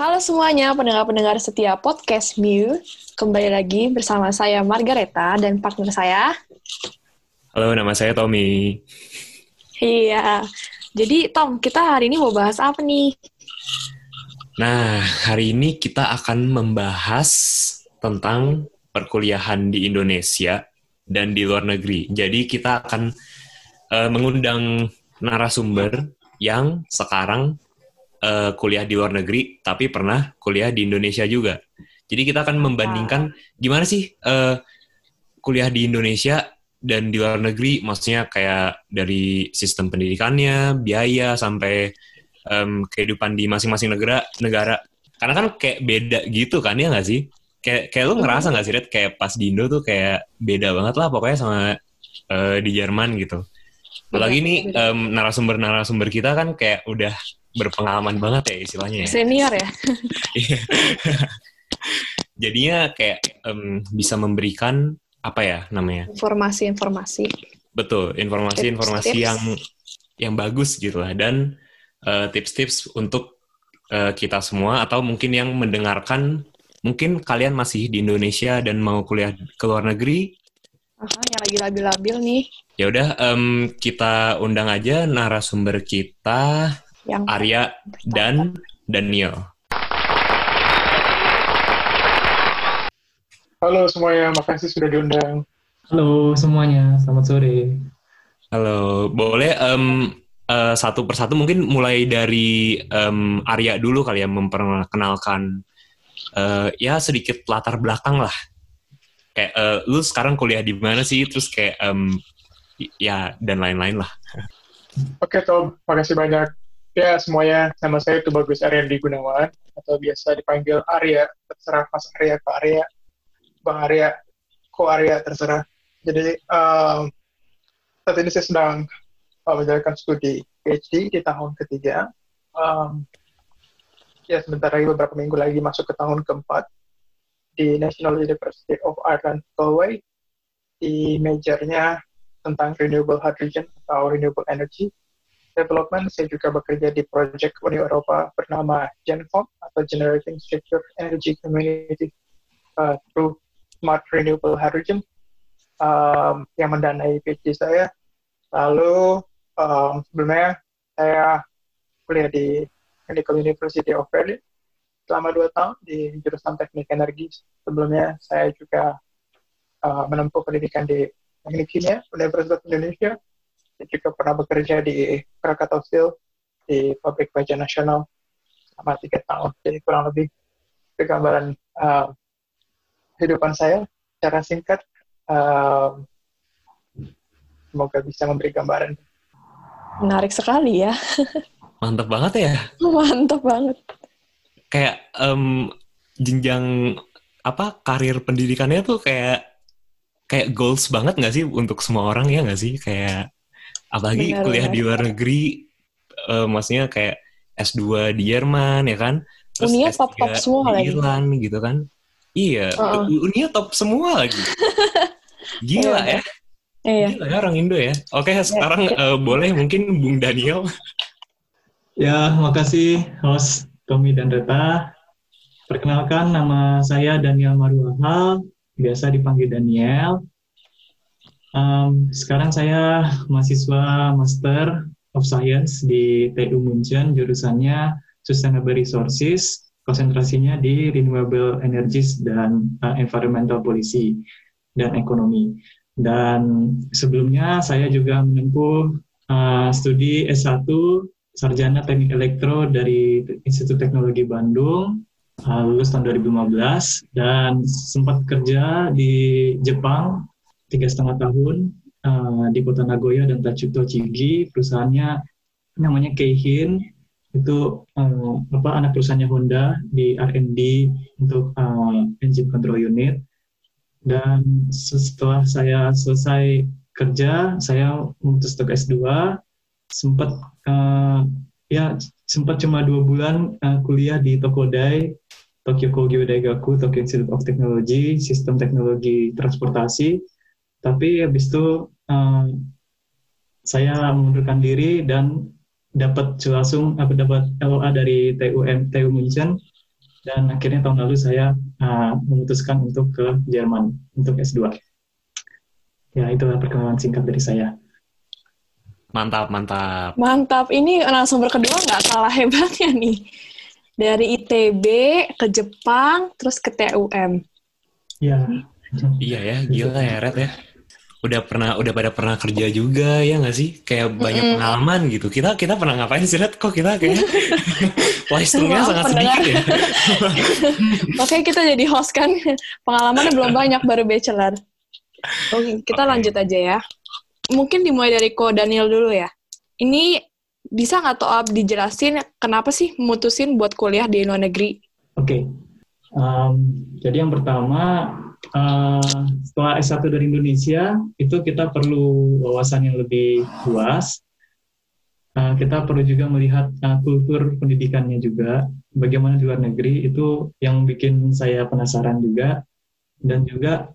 Halo semuanya, pendengar-pendengar setia podcast Mew. Kembali lagi bersama saya Margareta dan partner saya. Halo, nama saya Tommy. Iya, jadi Tom, kita hari ini mau bahas apa nih? Nah, hari ini kita akan membahas tentang perkuliahan di Indonesia dan di luar negeri. Jadi kita akan mengundang narasumber yang sekarang kuliah di luar negeri, tapi pernah kuliah di Indonesia juga. Jadi kita akan membandingkan gimana sih kuliah di Indonesia dan di luar negeri, maksudnya kayak dari sistem pendidikannya, biaya, sampai kehidupan di masing-masing negara. Karena kan kayak beda gitu kan, ya nggak sih? Kayak lu ngerasa nggak sih, Red? Kayak pas di Indo tuh kayak beda banget lah pokoknya sama di Jerman gitu. Apalagi nih narasumber-narasumber kita kan kayak udah berpengalaman banget ya istilahnya ya. Senior ya? Jadinya kayak bisa memberikan apa ya namanya? Informasi-informasi. Betul, informasi-informasi yang bagus gitu lah, dan tips-tips untuk kita semua, atau mungkin yang mendengarkan, mungkin kalian masih di Indonesia dan mau kuliah ke luar negeri. Yang lagi labil-labil nih. Ya udah, kita undang aja narasumber kita, yang Arya dan Daniel. Halo semuanya, makasih sudah diundang. Halo semuanya, selamat sore. Halo, boleh satu persatu mungkin mulai dari Arya dulu kali ya, memperkenalkan ya sedikit latar belakang lah. Kayak lu sekarang kuliah di mana sih, terus kayak ya dan lain-lain lah. Oke Tom, makasih banyak. Ya semuanya, nama saya Tubagus Ariandi Gunawan, atau biasa dipanggil Arya, terserah Mas Arya ke Arya, Bang Arya, Ko Arya, terserah. Jadi saat ini saya sedang menjalankan studi PhD di tahun ketiga. Ya sebentar lagi, beberapa minggu lagi masuk ke tahun keempat di National University of Ireland, Galway. Di majornya tentang renewable hydrogen atau renewable energy development. Saya juga bekerja di project Uni Eropa bernama GenFOM atau Generating Secure Energy Community through Smart Renewable Hydrogen, yang mendanai PhD saya. Lalu sebelumnya saya kuliah di Medical University of Berlin selama 2 tahun di jurusan Teknik Energi. Sebelumnya saya juga menempuh pendidikan di Teknik Kimia Universitas Indonesia. Saya juga pernah bekerja di Krakatau Steel di pabrik baja nasional selama 3 tahun. Jadi kurang lebih gambaran kehidupan saya secara singkat. Semoga bisa memberi gambaran. Menarik sekali ya. Mantap banget ya. Mantap banget. Kayak jenjang karir pendidikannya tuh kayak goals banget nggak sih untuk semua orang, ya nggak sih? Kayak apalagi kuliah di luar negeri, maksudnya kayak S2 di Jerman ya kan, terus Unia S3 top semua di Irland lagi gitu kan. Iya, Unia top semua lagi. Gila ya. Iya. Gila ya orang Indo ya. Oke, sekarang boleh mungkin Bung Daniel. Ya, makasih host Tommy dan Reta. Perkenalkan, nama saya Daniel Maruahal, biasa dipanggil Daniel. Sekarang saya mahasiswa Master of Science di TU München, jurusannya Sustainable Resources, konsentrasinya di Renewable Energies dan Environmental Policy dan Ekonomi. Dan sebelumnya saya juga menempuh studi S1 Sarjana Teknik Elektro dari Institut Teknologi Bandung, lulus tahun 2015, dan sempat kerja di Jepang 3,5 tahun di kota Nagoya dan Tochigi. Perusahaannya namanya Keihin, itu anak perusahaannya Honda di R&D untuk engine control unit. Dan setelah saya selesai kerja, saya memutus untuk S2. Sempat cuma 2 bulan kuliah di Tokodai, Tokyo Kogyo Daigaku, Tokyo Institute of Technology, sistem teknologi transportasi. Tapi habis itu saya mengundurkan diri dan dapat LOA dari TU München Dan akhirnya tahun lalu saya memutuskan untuk ke Jerman untuk S2. Ya, itulah perkenalan singkat dari saya. Mantap, mantap. Mantap. Ini narasumber kedua nggak kalah hebatnya nih. Dari ITB ke Jepang, terus ke TUM. Ya. Iya ya, gila ya Red ya. Udah pada pernah kerja juga ya nggak sih? Kayak banyak pengalaman gitu. Kita pernah ngapain sih Red? Kok kita kayak wisdomnya sangat sedikit ya? Makanya kita jadi host kan. Pengalamannya belum banyak, baru bachelor. Oke, kita lanjut aja ya. Mungkin dimulai dari Ko Daniel dulu ya. Ini bisa nggak Toab dijelasin kenapa sih mutusin buat kuliah di luar negeri? Oke. Jadi yang pertama, setelah S1 dari Indonesia, itu kita perlu wawasan yang lebih luas. Kita perlu juga melihat kultur pendidikannya juga. Bagaimana di luar negeri, itu yang bikin saya penasaran juga. Dan juga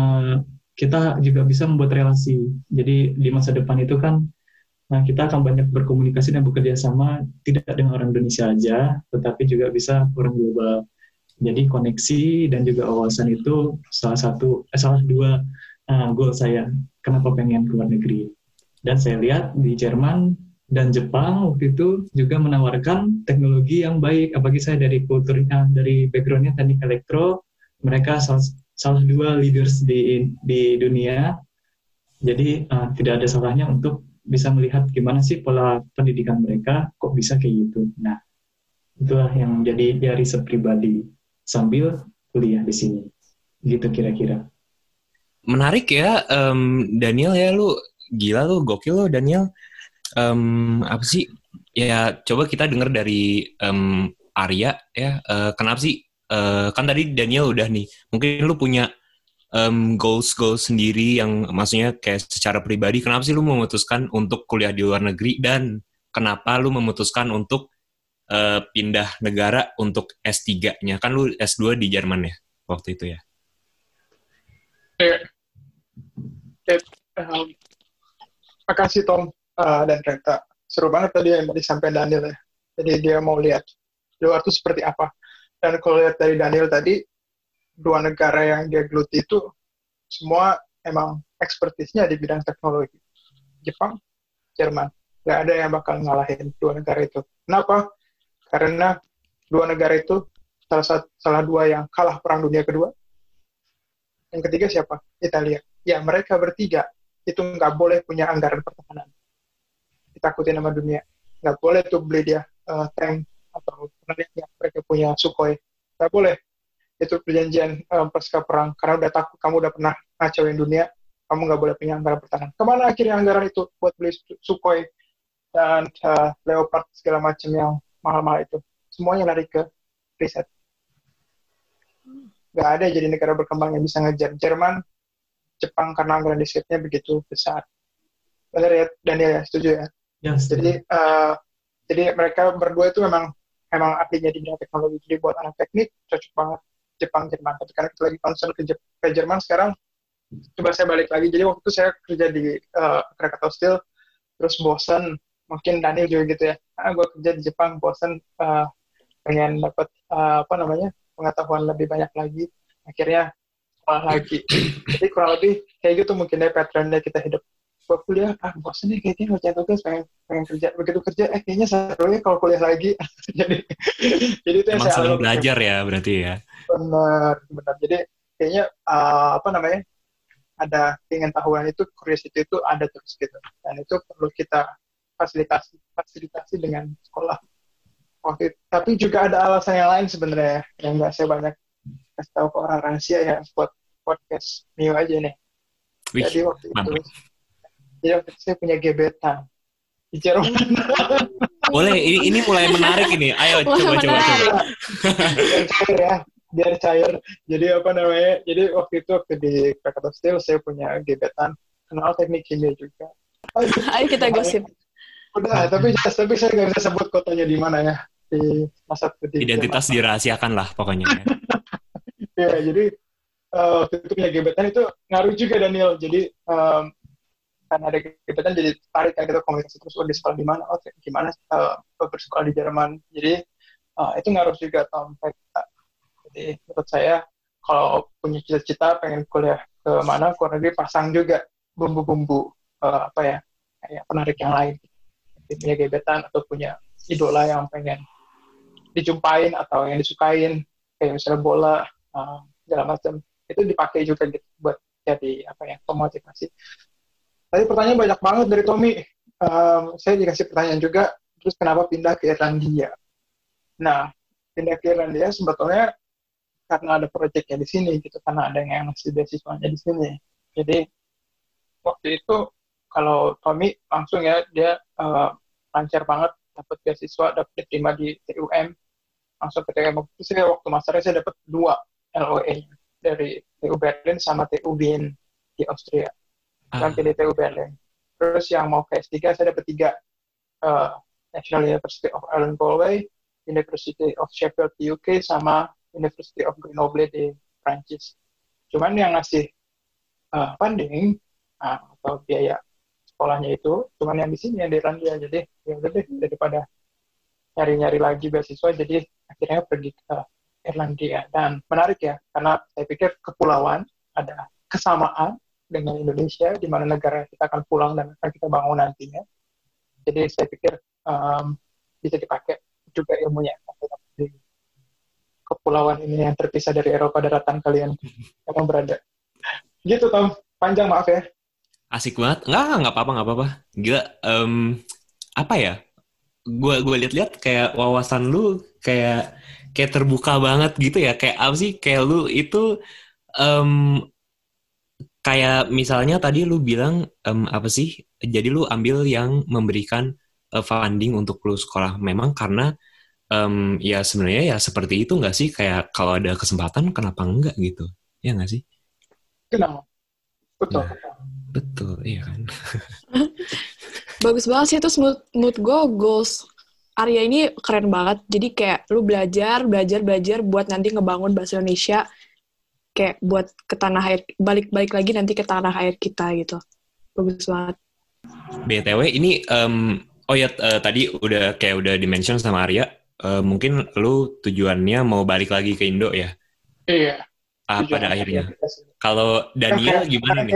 kita juga bisa membuat relasi. Jadi di masa depan itu kan, kita akan banyak berkomunikasi dan bekerja sama, tidak dengan orang Indonesia aja, tetapi juga bisa orang global. Jadi koneksi dan juga wawasan itu salah dua goal saya. Kenapa pengen ke luar negeri? Dan saya lihat di Jerman dan Jepang waktu itu juga menawarkan teknologi yang baik. Apalagi saya dari kulturnya, dari backgroundnya teknik elektro, mereka salah dua leaders di dunia. Jadi tidak ada salahnya untuk bisa melihat gimana sih pola pendidikan mereka, kok bisa kayak gitu. Nah, itulah yang menjadi riset pribadi sambil kuliah di sini, gitu kira-kira. Menarik ya, Daniel ya, lu gila lu, gokil lu Daniel. Apa sih? Ya coba kita dengar dari Arya ya. Kenapa sih? Kan tadi Daniel udah nih. Mungkin lu punya goals sendiri yang maksudnya kayak secara pribadi. Kenapa sih lu memutuskan untuk kuliah di luar negeri dan kenapa lu memutuskan untuk pindah negara untuk S3-nya? Kan lu S2 di Jerman ya waktu itu ya? Makasih Tom dan Reta. Seru banget tadi yang disampaikan Daniel ya. Jadi dia mau lihat luar itu seperti apa. Dan kalau lihat dari Daniel tadi, dua negara yang dia geluti itu semua emang ekspertisnya di bidang teknologi. Jepang, Jerman. Nggak ada yang bakal ngalahin dua negara itu. Kenapa? Karena dua negara itu salah dua yang kalah Perang Dunia Kedua. Yang ketiga siapa? Italia. Ya, mereka bertiga itu nggak boleh punya anggaran pertahanan. Ditakutin sama dunia. Nggak boleh tuh beli dia tank atau mereka punya Sukhoi. Nggak boleh. Itu perjanjian pasca perang. Karena udah takut, kamu udah pernah ngacauin dunia, kamu nggak boleh punya anggaran pertahanan. Kemana akhirnya anggaran itu buat beli Sukhoi dan Leopard segala macam yang mahal-mahal itu? Semuanya lari ke riset. Nggak ada jadi negara berkembang yang bisa ngejar Jerman, Jepang karena anggaran risetnya begitu besar. Benar ya, Daniel ya, setuju ya? Yes. Jadi mereka berdua itu memang ahlinya di bidang teknologi. Jadi buat anak teknik cocok banget Jepang Jerman. Tapi karena kita lagi concern ke Jerman sekarang, coba saya balik lagi. Jadi waktu itu saya kerja di Krakatau Steel, terus bosan. Mungkin Daniel juga gitu ya. Gue kerja di Jepang, bosan, pengen dapat pengetahuan lebih banyak lagi. Akhirnya sekolah lagi. Jadi kurang lebih kayak gitu mungkin ya pattern-nya kita hidup. Gue kuliah, bosan nih kayaknya ngerjain tugas, pengen kerja. Begitu kerja, kayaknya seru ya kalau kuliah lagi. jadi itu yang emang saya selalu belajar ya berarti ya. Benar. Jadi kayaknya ada ingin tahuan itu, curiosity itu ada terus gitu. Dan itu perlu kita fasilitasi dengan sekolah. Tapi juga ada alasan yang lain sebenarnya yang nggak saya banyak kasih tahu ke orang rahasia ya buat podcast Mio aja nih. Jadi waktu itu saya punya gebetan di Jerman. Boleh, ini mulai menarik ini. Ayo coba. Biar cair. Jadi Jadi waktu di Krakatau Steel saya punya gebetan, kenal teknik kimia juga. Ayo kita gosip. Udah, tapi saya nggak bisa sebut kotanya di mana ya. Di masa identitas dirahasiakan lah pokoknya. Ya, jadi waktu itu punya gebetan itu ngaruh juga Daniel. Jadi karena ada gebetan jadi tarik kan kita komunikasi terus di sekolah di mana, gimana bersekolah di Jerman. Jadi itu ngaruh juga sampai Jadi menurut saya kalau punya cita-cita pengen kuliah ke mana, ke luar negeri, pasang juga bumbu-bumbu kayak penarik yang lain. Jadi punya gebetan atau punya idola yang pengen dijumpain atau yang disukain, kayak misalnya bola, segala macam, itu dipakai juga gitu buat jadi pemotivasi. Tadi pertanyaan banyak banget dari Tommy. Saya dikasih pertanyaan juga, terus kenapa pindah ke Irlandia? Nah, pindah ke Irlandia sebetulnya karena ada proyeknya di sini gitu, karena ada yang ngasih beasiswanya di sini. Jadi waktu itu kalau Tommy langsung ya dia lancar banget dapat beasiswa, dapat diterima di TUM, langsung ke TUM. Waktu masternya saya dapat 2 LOE dari TU Berlin sama TU Wien di Austria. Kan pilih TU Berlin. Terus yang mau ke S3 saya dapat 3, National University of Ireland Galway, University of Sheffield di UK, sama University of Grenoble di Prancis. Cuman yang ngasih funding atau biaya sekolahnya itu cuman yang di sini, yang di Irlandia. Jadi ya udah deh, daripada nyari-nyari lagi beasiswa, jadi akhirnya pergi ke Irlandia. Dan menarik ya, karena saya pikir kepulauan ada kesamaan dengan Indonesia, di mana negara kita akan pulang dan akan kita bangun nantinya. Jadi saya pikir bisa dipakai juga ilmunya di kepulauan ini yang terpisah dari Eropa daratan kalian yang berada. Gitu Tom, panjang maaf ya. Asik banget. Nggak apa-apa. Gila, apa ya? Gue lihat-lihat kayak wawasan lu kayak terbuka banget gitu ya. Kayak apa sih? Kayak lu itu kayak misalnya tadi lu bilang apa sih? Jadi lu ambil yang memberikan funding untuk lu sekolah. Memang karena ya sebenarnya ya seperti itu nggak sih? Kayak kalau ada kesempatan kenapa enggak gitu? Ya nggak sih? Kenapa? Betul. Nah, betul, iya kan. Bagus banget sih itu, menurut gue goals Arya ini keren banget. Jadi kayak lu belajar buat nanti ngebangun bahasa Indonesia, kayak buat ke tanah air, balik lagi nanti ke tanah air kita gitu. Bagus banget. BTW ini tadi udah di-mention sama Arya, mungkin lu tujuannya mau balik lagi ke Indo ya? Iya. Pada akhirnya. Kalau Daniel gimana nih?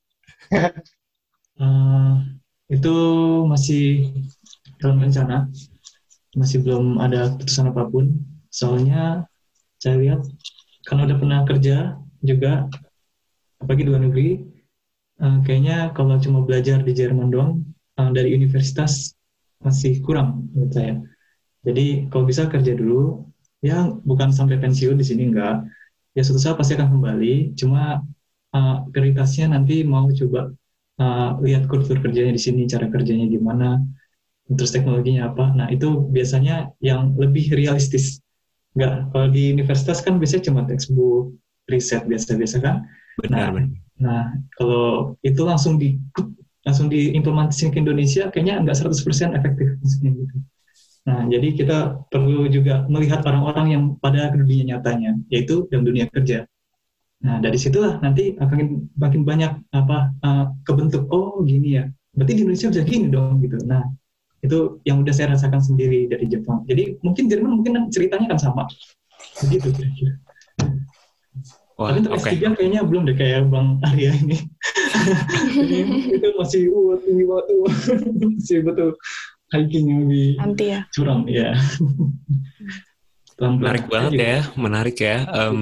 Itu masih dalam rencana, masih belum ada keputusan apapun. Soalnya saya lihat karena udah pernah kerja juga, apalagi di luar negeri, kayaknya kalau cuma belajar di Jerman doang dari universitas masih kurang menurut saya. Jadi kalau bisa kerja dulu, ya bukan sampai pensiun di sini enggak. Ya suatu saat pasti akan kembali. Cuma prioritasnya nanti mau coba lihat kultur kerjanya di sini, cara kerjanya gimana, terus teknologinya apa. Nah itu biasanya yang lebih realistis. Enggak, kalau di universitas kan biasanya cuma textbook, riset biasa-biasa kan. Benar. Nah kalau itu langsung diimplementasikan ke Indonesia, kayaknya enggak 100% efektif maksudnya gitu. Nah, jadi kita perlu juga melihat orang-orang yang pada dunia nyatanya, yaitu dalam dunia kerja. Nah, dari situlah nanti akan makin banyak kebentuk, oh gini ya, berarti di Indonesia bisa gini dong gitu. Nah, itu yang udah saya rasakan sendiri dari Jepang. Jadi mungkin Jerman ceritanya kan sama, begitu kira-kira. Tapi untuk S3 kayaknya belum deh kayak Bang Arya ini. Itu masih tinggi banget, masih betul. Hiking yang lebih curam ya. Menarik banget ya, menarik ya.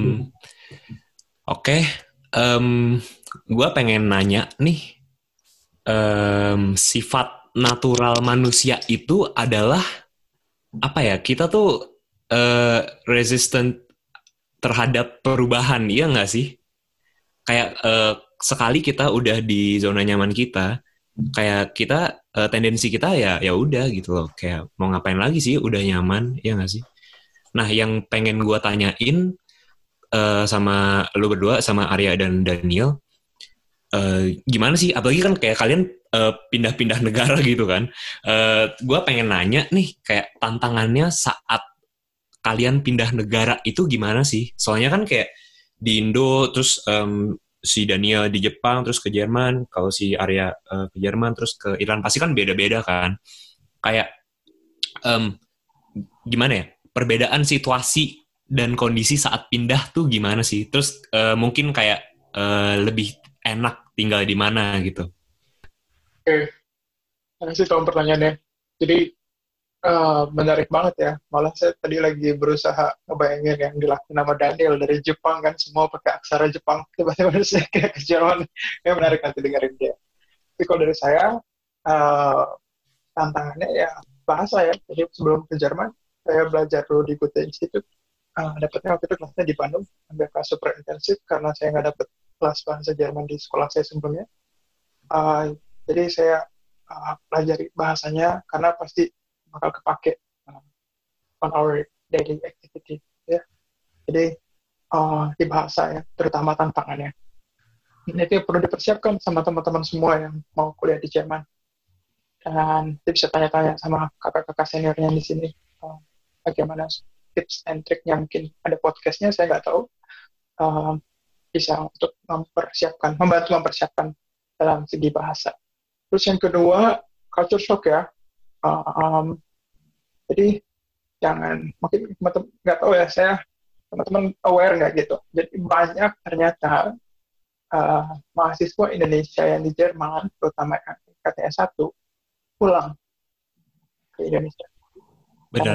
Oke. Gue pengen nanya nih, sifat natural manusia itu adalah apa ya? Kita tuh resistant terhadap perubahan, iya nggak sih? Kayak sekali kita udah di zona nyaman kita, kayak kita tendensi kita ya udah gitu loh, kayak mau ngapain lagi sih, udah nyaman, ya nggak sih? Nah, yang pengen gue tanyain sama lu berdua, sama Arya dan Daniel, gimana sih? Apalagi kan kayak kalian pindah-pindah negara gitu kan. Gue pengen nanya nih, kayak tantangannya saat kalian pindah negara itu gimana sih? Soalnya kan kayak di Indo, terus si Daniel di Jepang, terus ke Jerman, kalau si Arya ke Jerman, terus ke Irland, pasti kan beda-beda kan. Kayak gimana ya, perbedaan situasi dan kondisi saat pindah tuh gimana sih? Terus mungkin kayak lebih enak tinggal di mana gitu. Oke, terima kasih Tom pertanyaannya. Jadi menarik banget ya. Malah saya tadi lagi berusaha ngebayangin yang dilakukan nama Daniel dari Jepang kan, semua pakai aksara Jepang. Tiba-tiba saya kayak ke Jerman. Ya menarik nanti dengerin dia. Tapi kalau dari saya, tantangannya ya bahasa ya. Jadi sebelum ke Jerman, saya belajar dulu di Goethe Institute. Dapatnya waktu itu kelasnya di Bandung, ambil kelas super intensif karena saya nggak dapet kelas bahasa Jerman di sekolah saya sebelumnya. Jadi saya pelajari bahasanya karena pasti bakal kepake on our daily activity ya. Jadi di bahasa ya, terutama tantangannya. Ini itu perlu dipersiapkan sama teman-teman semua yang mau kuliah di Jerman. Dan bisa tanya-tanya sama kakak-kakak seniornya di sini bagaimana tips and triknya, mungkin ada podcastnya, saya nggak tahu. Bisa untuk membantu mempersiapkan dalam segi bahasa. Terus yang kedua, culture shock ya. Jadi jangan, mungkin teman-teman nggak tahu ya, teman-teman aware nggak gitu. Jadi banyak ternyata mahasiswa Indonesia yang di Jerman, terutama yang tingkatnya S1, pulang ke Indonesia. Benar.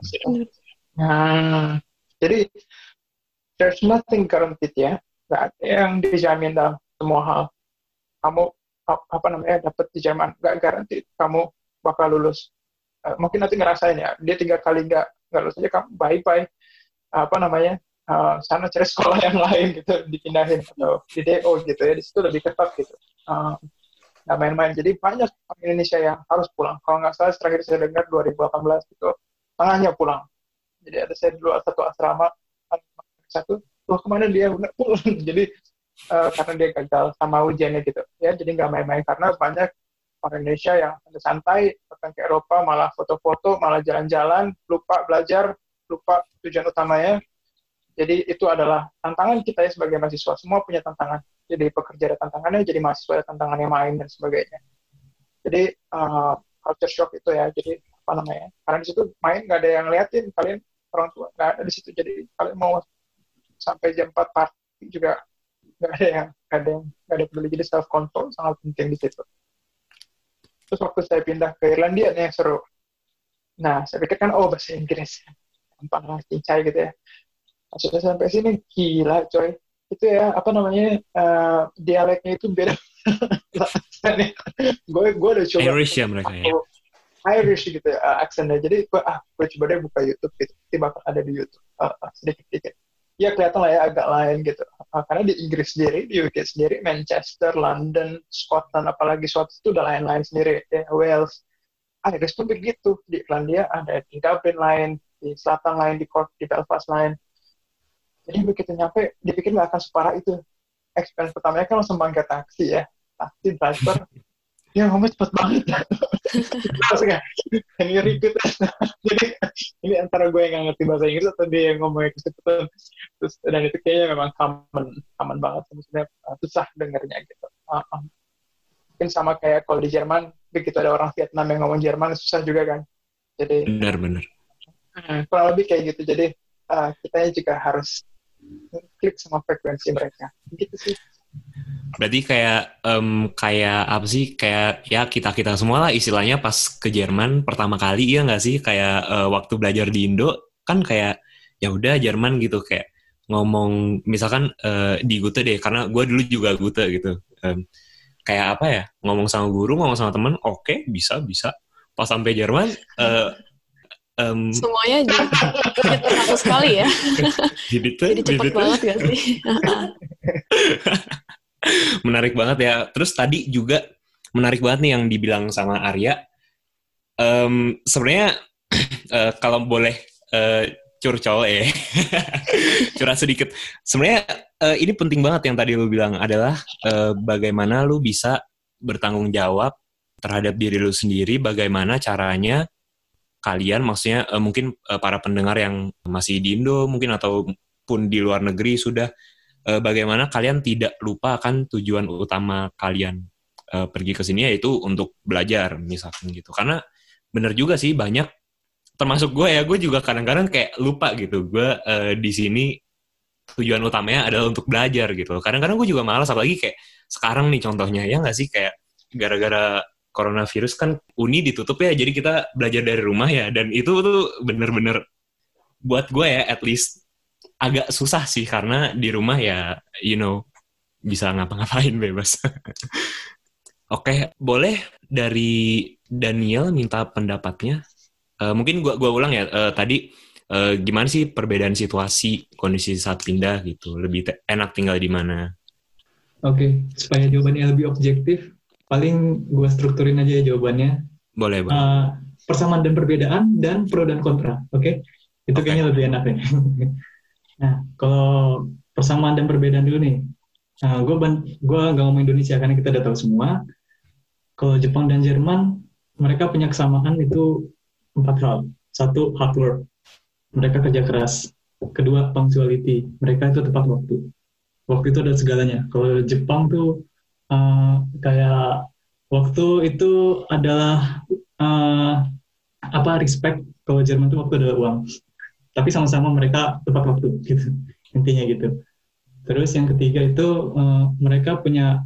Nah, jadi there's nothing guaranteed ya. Nggak ada yang dijamin dalam semua hal. Kamu dapat di Jerman, nggak garanti kamu bakal lulus. Mungkin nanti ngerasain ya, dia 3 kali nggak lulus aja, kamu bye-bye. Sana cari sekolah yang lain gitu, dipindahin atau di DO gitu ya, di situ lebih ketat gitu. Nggak main-main. Jadi banyak orang Indonesia yang harus pulang. Kalau nggak salah, terakhir saya dengar 2018 itu tengahnya pulang. Jadi ada saya dulu satu asrama, loh kemana dia nggak pulang. Jadi karena dia gagal sama ujiannya gitu ya, jadi nggak main-main karena banyak orang Indonesia yang santai datang ke Eropa malah foto-foto, malah jalan-jalan, lupa belajar, lupa tujuan utamanya. Jadi itu adalah tantangan kita ya sebagai mahasiswa, semua punya tantangan. Jadi pekerja ada tantangannya, jadi mahasiswa ada tantangannya main dan sebagainya. Jadi culture shock itu ya, jadi karena di situ main nggak ada yang liatin, kalian orang tua nggak ada di situ, jadi kalian mau sampai jam 4 party juga nggak ada peduli. Jadi self control sangat penting di situ. Terus waktu saya pindah ke Irlandia nih yang seru. Nah, saya pikir kan bahasa Inggris gampang lah, cincai gitu ya. Sudah sampai sini gila coy. Itu ya dialeknya itu beda. Gue udah coba Irish ya mereka ya. Irish gitu ya, aksennya. Jadi gue coba deh buka YouTube gitu. Tiba ada di YouTube sedikit-sedikit. Ya kelihatan lah ya agak lain gitu. Karena di Inggris sendiri, di UK sendiri, Manchester, London, Scotland, apalagi Scotland itu udah lain-lain sendiri. Ya, Wales, Inggris pun begitu. Di Irlandia ada di Dublin lain, di selatan lain, di Cork, di Belfast lain. Jadi begitu nyampe, dipikir nggak akan separah itu. Experience pertamanya kan langsung bangga taksi ya. Taksi, driver, ya ngomong cepet banget. Can you repeat? Jadi ini antara gue yang nggak ngerti bahasa Inggris atau dia yang ngomongnya kecepatan. Terus dan itu kayaknya memang common banget, maksudnya susah dengarnya gitu. Mungkin sama kayak kalau di Jerman, begitu ada orang Vietnam yang ngomong Jerman susah juga kan. Jadi benar. Kurang lebih kayak gitu. Jadi kitanya juga harus klik sama frekuensi mereka. Gitu sih. Berarti kayak apa sih, kayak ya kita semua lah istilahnya pas ke Jerman pertama kali, ya nggak sih, kayak waktu belajar di Indo kan kayak ya udah Jerman gitu, kayak ngomong misalkan di Goethe deh, karena gue dulu juga Goethe gitu, kayak apa ya, ngomong sama guru, ngomong sama temen, oke, bisa pas sampai Jerman semuanya jadi terlalu sekali ya. Jadi cepet banget gak sih? Menarik banget ya. Terus tadi juga menarik banget nih yang dibilang sama Arya. Sebenarnya kalau boleh curcol curhat sedikit. Sebenarnya ini penting banget yang tadi lu bilang adalah bagaimana lu bisa bertanggung jawab terhadap diri lu sendiri, bagaimana caranya kalian, maksudnya mungkin para pendengar yang masih di Indo mungkin ataupun di luar negeri sudah, bagaimana kalian tidak lupa akan tujuan utama kalian pergi ke sini, yaitu untuk belajar misalkan gitu. Karena benar juga sih, banyak termasuk gue ya, gue juga kadang-kadang kayak lupa gitu. Gue di sini tujuan utamanya adalah untuk belajar gitu. Kadang-kadang gue juga malas, apalagi kayak sekarang nih contohnya, ya nggak sih, kayak gara-gara coronavirus kan uni ditutup ya, jadi kita belajar dari rumah ya, dan itu tuh bener-bener buat gue ya, at least agak susah sih, karena di rumah ya, bisa ngapa-ngapain bebas. Oke, boleh dari Daniel minta pendapatnya. Mungkin gua ulang ya, tadi gimana sih perbedaan situasi kondisi saat pindah gitu, lebih enak tinggal di mana? Oke, supaya jawabannya lebih objektif, paling gue strukturin aja ya jawabannya. Boleh. Persamaan dan perbedaan dan pro dan kontra, oke? Itu kayaknya lebih enak ya. Nah, kalau persamaan dan perbedaan dulu nih, gue nggak ngomong Indonesia karena kita udah tahu semua. Kalau Jepang dan Jerman, mereka punya kesamaan itu 4 hal. 1, hard work, mereka kerja keras. 2, punctuality, mereka itu tepat waktu. Waktu itu adalah segalanya. Kalau Jepang tuh kayak waktu itu adalah respect. Kalau Jerman tuh waktu adalah uang. Tapi sama-sama mereka tepat waktu gitu. Intinya gitu. Terus yang ketiga itu mereka punya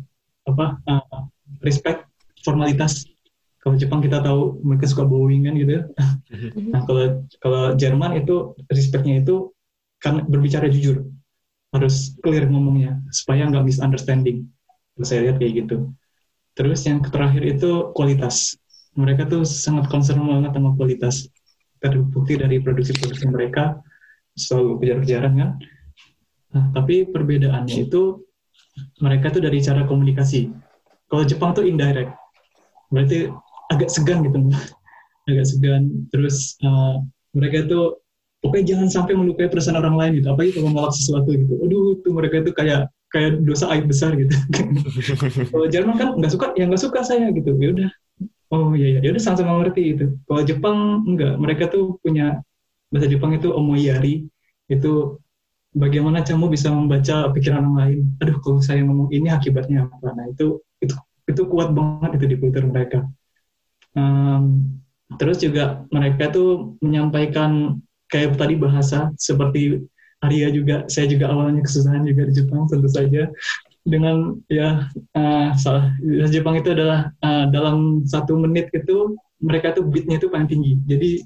respect formalitas. Kalau Jepang kita tahu mereka suka bowing kan gitu. Nah kalau Jerman itu respectnya itu karena berbicara jujur. Harus clear ngomongnya, supaya nggak misunderstanding. Terus saya lihat kayak gitu. Terus yang terakhir itu kualitas. Mereka tuh sangat concern banget sama kualitas. Terbukti dari produksi-produksi mereka, selalu kejar-kejaran kan. Nah, tapi perbedaannya itu, mereka tuh dari cara komunikasi. Kalau Jepang tuh indirect. Berarti agak segan gitu. Agak segan. Terus mereka tuh pokoknya jangan sampai melukai perasaan orang lain gitu. Apalagi kalau menolak sesuatu gitu. Aduh, tuh mereka itu kayak dosa aib besar gitu. Kalau Jerman kan nggak suka saya gitu. Ya udah. Oh iya, ya udah sama-sama ngerti gitu. Kalau Jepang enggak, mereka tuh punya bahasa Jepang itu omoiyari. Itu bagaimana kamu bisa membaca pikiran orang lain. Aduh, kalau saya ngomong ini akibatnya apa? Nah, itu kuat banget itu di kultur mereka. Terus juga mereka tuh menyampaikan kayak tadi bahasa, seperti Arya juga, saya juga awalnya kesusahan juga di Jepang, tentu saja. Dengan bahasa Jepang itu adalah dalam 1 menit itu, mereka tuh beatnya itu paling tinggi. Jadi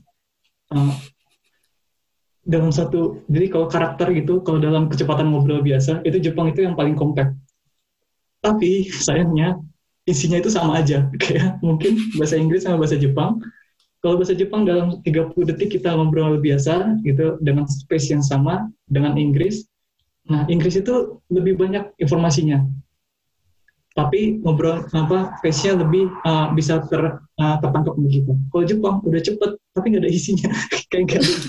jadi kalau karakter gitu, kalau dalam kecepatan ngobrol biasa, itu Jepang itu yang paling compact. Tapi sayangnya, isinya itu sama aja. Kayak mungkin bahasa Inggris sama bahasa Jepang. Kalau bahasa Jepang dalam 30 detik kita ngobrol biasa gitu dengan space yang sama dengan Inggris. Nah, Inggris itu lebih banyak informasinya. Tapi ngobrol space-nya lebih bisa tertangkap begitu. Kalau Jepang udah cepet tapi nggak ada isinya. Kayak nggak ada.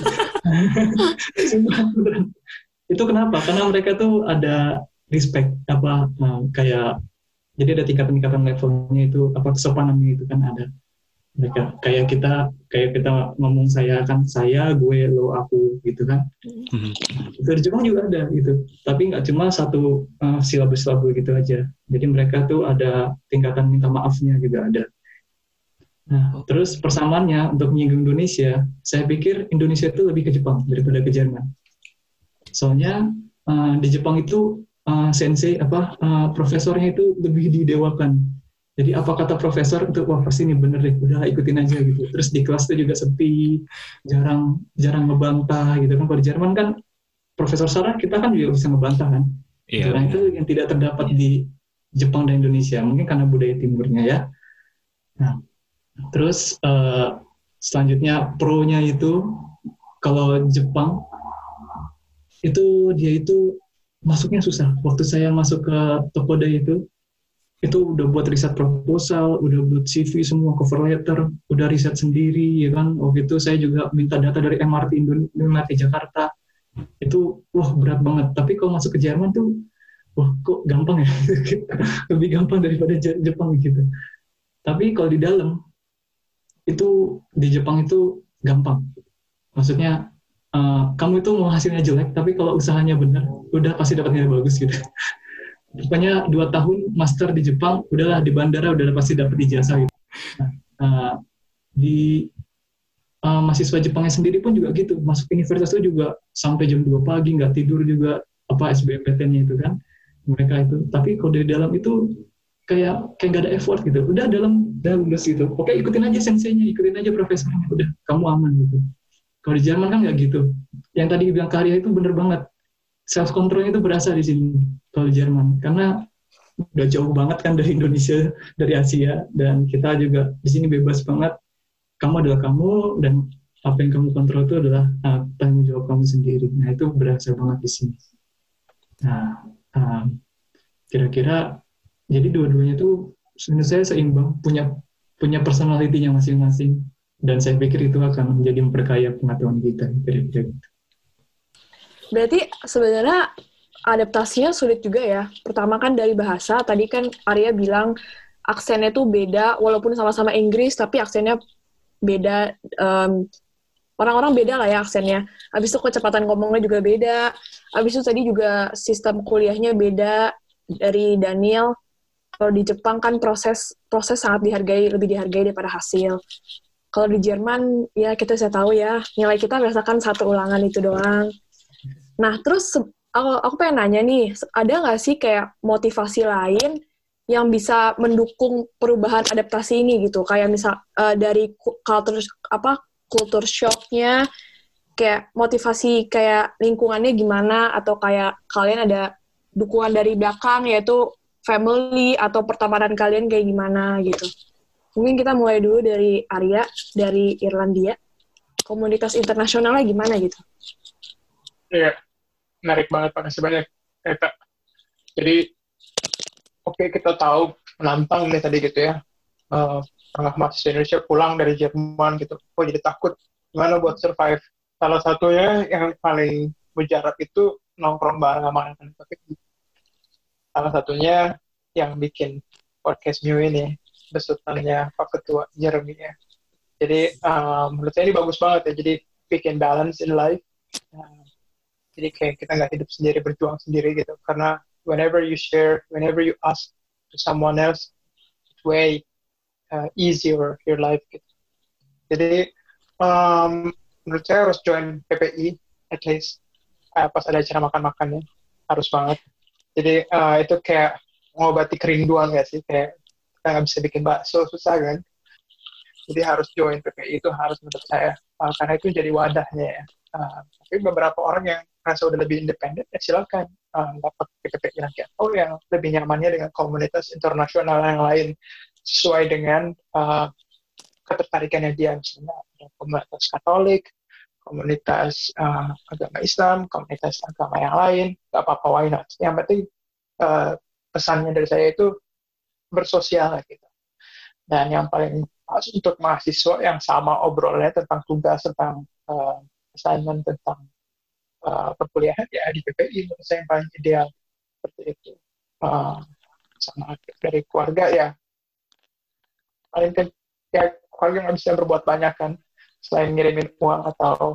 Itu kenapa? Karena mereka tuh ada respect kayak jadi ada tingkatan levelnya itu, kesopanannya itu kan ada. Mereka kayak kita ngomong saya, gue, lo, aku gitu kan. Dari Jepang juga ada gitu, tapi nggak cuma satu silabus gitu aja. Jadi mereka tuh ada tingkatan minta maafnya juga ada. Nah, terus persamaannya untuk menyinggung Indonesia, saya pikir Indonesia itu lebih ke Jepang daripada ke Jerman. Soalnya di Jepang itu sensei profesornya itu lebih didewakan. Jadi apa kata profesor itu, wah pasti ini bener deh, udah ikutin aja gitu. Terus di kelas itu juga sepi, jarang ngebantah gitu kan. Kalau di Jerman kan profesor Sarah kita kan juga bisa ngebantah kan. Iya. Nah, itu yang tidak terdapat di Jepang dan Indonesia, mungkin karena budaya timurnya ya. Nah, terus selanjutnya pro-nya itu, kalau Jepang itu dia itu masuknya susah. Waktu saya masuk ke Tokoda itu udah buat riset proposal, udah buat CV semua, cover letter, udah riset sendiri, ya kan. Waktu itu saya juga minta data dari MRT Jakarta. Itu, berat banget. Tapi kalau masuk ke Jerman tuh, kok gampang ya? Lebih gampang daripada Jepang gitu. Tapi kalau di dalam, itu di Jepang itu gampang. Maksudnya, kamu itu mau hasilnya jelek, tapi kalau usahanya benar, udah pasti dapat nilai bagus gitu. Pokoknya 2 tahun master di Jepang, udahlah di bandara udah pasti dapat ijazah gitu. mahasiswa Jepangnya sendiri pun juga gitu, masuk universitas itu juga sampai jam 2 pagi, nggak tidur juga, SBMPTN-nya itu kan, mereka itu. Tapi kalau dari dalam itu kayak nggak ada effort gitu, udah udah lulus gitu, oke ikutin aja senseinya, ikutin aja profesornya, udah kamu aman gitu. Kalau di Jerman kan nggak gitu. Yang tadi bilang Karya itu bener banget, self control itu berasa di sini kalau di Jerman, karena udah jauh banget kan dari Indonesia, dari Asia, dan kita juga di sini bebas banget. Kamu adalah kamu, dan apa yang kamu kontrol itu adalah tanggung jawab kamu sendiri. Nah, itu berasa banget di sini. Nah, kira-kira jadi dua-duanya itu menurut saya seimbang, punya personality-nya masing-masing, dan saya pikir itu akan menjadi memperkaya pengetahuan kita. Kira-kira gitu. Berarti sebenarnya adaptasinya sulit juga ya. Pertama kan dari bahasa, tadi kan Arya bilang aksennya tuh beda, walaupun sama-sama Inggris, tapi aksennya beda. Orang-orang beda lah ya aksennya. Habis itu kecepatan ngomongnya juga beda. Habis itu tadi juga sistem kuliahnya beda dari Daniel. Kalau di Jepang kan proses sangat lebih dihargai daripada hasil. Kalau di Jerman, ya kita bisa tahu ya, nilai kita berdasarkan 1 ulangan itu doang. Nah, terus aku pengen nanya nih, ada nggak sih kayak motivasi lain yang bisa mendukung perubahan adaptasi ini gitu? Kayak misal dari culture shock-nya, kayak motivasi kayak lingkungannya gimana, atau kayak kalian ada dukungan dari belakang, yaitu family atau pertemanan kalian kayak gimana gitu. Mungkin kita mulai dulu dari Arya, dari Irlandia. Komunitas internasionalnya gimana gitu? Iya, menarik banget, makasih banyak, Eta. Jadi, kita tahu menantang nih tadi gitu ya. Tengah mahasiswa Indonesia pulang dari Jerman gitu. Jadi takut gimana buat survive. Salah satunya yang paling mujarab itu nongkrong bareng sama anak-anak. Salah satunya yang bikin podcast Mew ini, besutannya Pak Ketua Jeremy ya. Jadi menurut saya ini bagus banget ya. Jadi bikin balance in life. Jadi kayak kita nggak hidup sendiri, berjuang sendiri gitu. Karena whenever you share, whenever you ask to someone else, it's way easier your life gitu. Jadi menurut saya harus join PPI at least pas ada acara makan-makannya, harus banget. Jadi itu kayak mengobati kerinduan nggak sih, kayak kita nggak bisa bikin bakso, susah kan. Jadi harus join PPI, itu harus menurut saya, karena itu jadi wadahnya ya. Tapi beberapa orang yang merasa udah lebih independen, ya silakan dapat PPI lagi, atau yang lebih nyamannya dengan komunitas internasional yang lain sesuai dengan ketertarikannya dia, misalnya komunitas Katolik, komunitas agama Islam, komunitas agama yang lain, nggak apa-apa, why not. Yang penting pesannya dari saya itu bersosial gitu. Dan yang paling pas untuk mahasiswa yang sama obrolnya tentang tugas, tentang assignment, tentang perkuliahan, ya di PPI menurut saya yang paling ideal seperti itu. Sama dari keluarga ya, paling kan ya keluarga nggak bisa berbuat banyak kan, selain ngirimin uang atau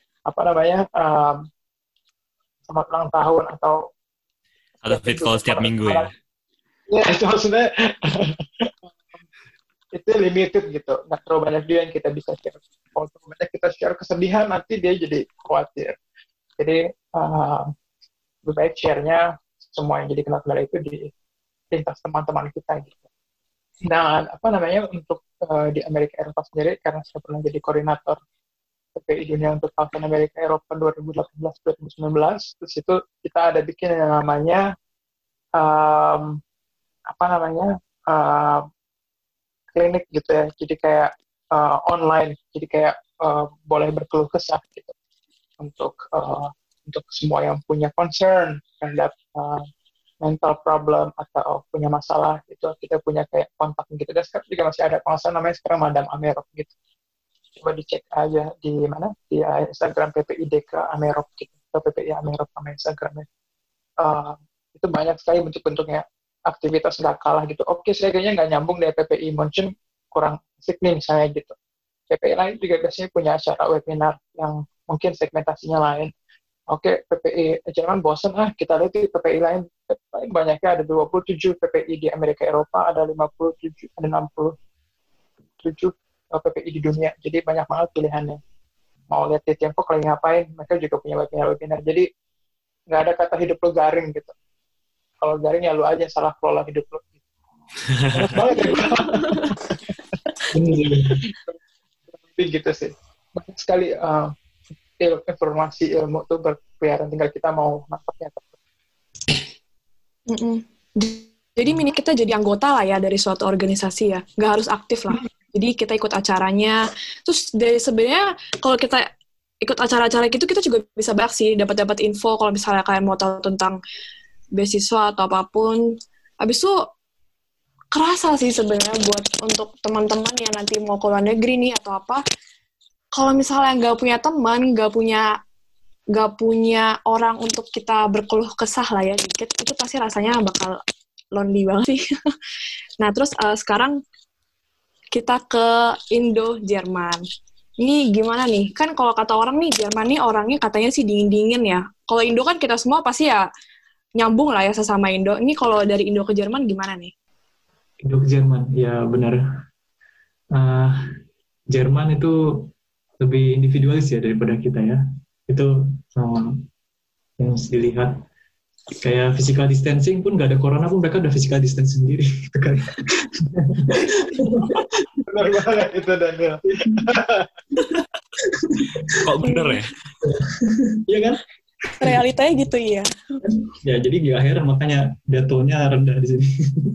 selamat ulang tahun atau fit call setiap minggu ya. Ya itu maksudnya itu limited gitu, nggak terlalu banyak dia yang kita bisa share. Kalau banyak kita share kesedihan, nanti dia jadi khawatir. Jadi lebih baik share-nya semua yang jadi kenal-kenal itu di lintas teman-teman kita gitu. Dan untuk di Amerika Eropa sendiri, karena saya pernah jadi koordinator PPI Dunia untuk kawasan Amerika Eropa 2018-2019, terus itu kita ada bikin yang namanya klinik gitu ya, jadi kayak online, jadi kayak boleh berkeluh kesah gitu untuk semua yang punya concern terhadap mental problem atau punya masalah, itu kita punya kayak kontak gitu. Dan sekarang juga masih ada konsen namanya sekarang Madam Amerop gitu. Coba dicek aja di mana, di Instagram PPIDK Amerop gitu, atau PPI Amerop sama Instagramnya. Itu banyak sekali bentuk-bentuknya, aktivitas nggak kalah gitu. Oke, saya kayaknya nggak nyambung dari PPI Munchen, kurang asik nih misalnya gitu. PPI lain juga biasanya punya acara webinar yang mungkin segmentasinya lain. Oke, PPI Jerman bosan, kita lihat di PPI lain. Paling banyaknya ada 27 PPI di Amerika Eropa, ada 57, ada 67 PPI di dunia. Jadi banyak banget pilihannya. Mau lihat di Tiongkok lagi ngapain, mereka juga punya webinar. Jadi nggak ada kata hidup lu garing gitu. Kalau garing ya lu aja salah kelola hidup lu. Terus banget ya gue. Tapi gitu sih. Banyak sekali informasi ilmu tuh berkeliaran, tinggal kita mau nangkapnya. Jadi mini kita jadi anggota lah ya dari suatu organisasi ya, nggak harus aktif lah. Jadi kita ikut acaranya. Terus dari sebenarnya kalau kita ikut acara-acara gitu kita juga bisa banyak sih dapat info kalau misalnya kalian mau tahu tentang beasiswa atau apapun. Habis itu kerasa sih sebenarnya buat untuk teman-teman yang nanti mau ke luar negeri nih atau apa. Kalau misalnya nggak punya teman, nggak punya orang untuk kita berkeluh kesah lah ya dikit, itu pasti rasanya bakal lonely banget sih. Nah terus sekarang kita ke Indo-Jerman. Ini gimana nih? Kan kalau kata orang nih, Jerman nih orangnya katanya sih dingin-dingin ya. Kalau Indo kan kita semua pasti ya nyambung lah ya sesama Indo. Ini kalau dari Indo ke Jerman gimana nih? Indo ke Jerman, ya benar. Jerman itu lebih individualis ya daripada kita ya. Itu yang harus dilihat. Kayak physical distancing pun nggak ada corona pun mereka udah physical distancing sendiri. Gitu kan. Benar banget itu Daniel. Kok bener ya? Iya kan? Realitanya gitu ya. Ya jadi di akhir makanya datonya rendah di sini.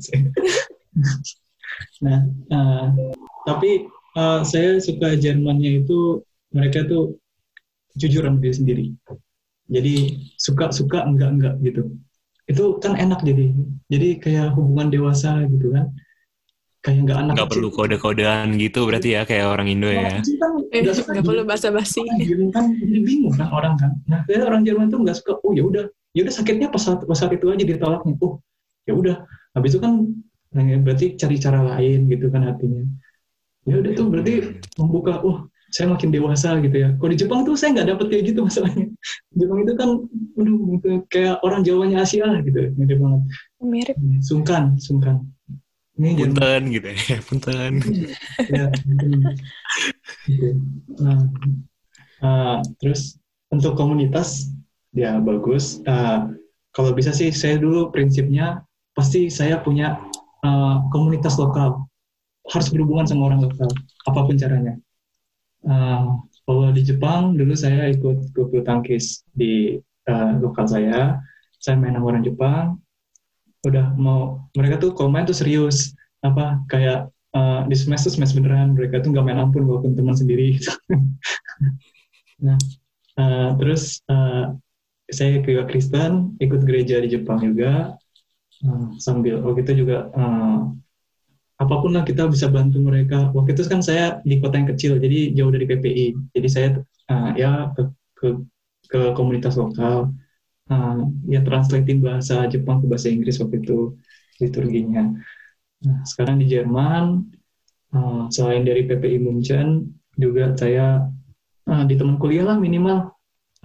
Nah, tapi saya suka Jermannya itu mereka tuh jujur sama diri sendiri. Jadi suka enggak gitu. Itu kan enak jadi kayak hubungan dewasa gitu kan. Kayak enggak anak. Enggak perlu kode-kodean gitu berarti ya kayak orang Indo ya. Enggak perlu basa-basi. Kan jadi bingung kan orang kan. Nah, orang Jerman tuh enggak suka. Oh ya udah sakitnya pas saat itu aja ditolaknya. Oh, ya udah. Habis itu kan berarti cari cara lain gitu kan artinya. Ya udah tuh berarti membuka saya makin dewasa gitu ya. Kalau di Jepang tuh saya nggak dapet kayak gitu masalahnya. Jepang itu kan, gitu, kayak orang Jawanya Asia gitu, mirip banget. Mirip. Sungkan. Ini punten gitu ya, punten. Ya, gitu. Terus untuk komunitas, ya bagus. Kalau bisa sih saya dulu prinsipnya pasti saya punya komunitas lokal. Harus berhubungan sama orang lokal, apapun caranya. Kalau di Jepang dulu saya ikut klub bulu tangkis di lokal saya main sama orang Jepang. Mereka tuh kalau main tuh serius, kayak di smash beneran, mereka tuh nggak main ampun walaupun teman sendiri gitu. Nah terus saya ke Kristen, ikut gereja di Jepang juga, sambil kita juga apapun lah kita bisa bantu mereka. Waktu itu kan saya di kota yang kecil, jadi jauh dari PPI. Jadi saya ke komunitas lokal, ya translating bahasa Jepang ke bahasa Inggris waktu itu liturginya. Nah, sekarang di Jerman, selain dari PPI Munchen, juga saya di teman kuliah lah minimal.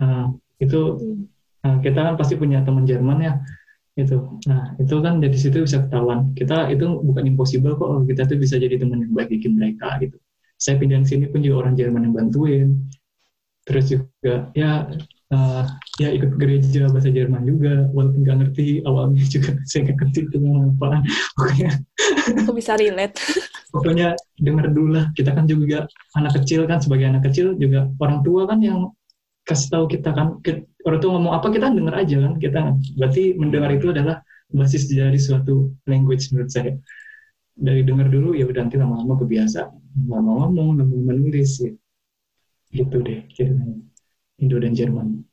Kita kan pasti punya teman Jerman ya. Nah itu kan dari situ bisa ketahuan kita itu bukan impossible kok, kita tuh bisa jadi teman yang baik bikin mereka gitu. Saya pindah ke sini pun juga orang Jerman yang bantuin, terus juga ya ikut gereja bahasa Jerman juga walaupun nggak ngerti awalnya juga. Saya nggak ngerti itu apaan, pokoknya aku bisa relate. Pokoknya dengar dulu lah, kita kan juga anak kecil kan, sebagai anak kecil juga orang tua kan yang kasih tahu kita kan, orang tua ngomong apa kita denger aja kan, kita berarti mendengar itu adalah basis dari suatu language menurut saya. Dari dengar dulu ya udah nanti lama-lama kebiasa, lama ngomong, lama menulis ya. Gitu deh ceritanya Indo dan Jerman.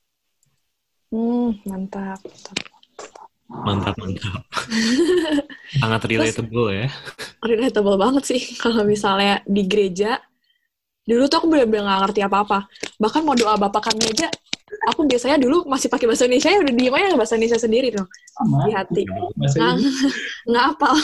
Mantap. Sangat relatable ya. Relatable banget sih kalau misalnya di gereja. Dulu tuh aku bener-bener gak ngerti apa-apa. Bahkan mau doa Bapak kami aja, aku biasanya dulu masih pakai bahasa Indonesia, ya udah diem aja bahasa Indonesia sendiri tuh. Di hati. Nggak hafal.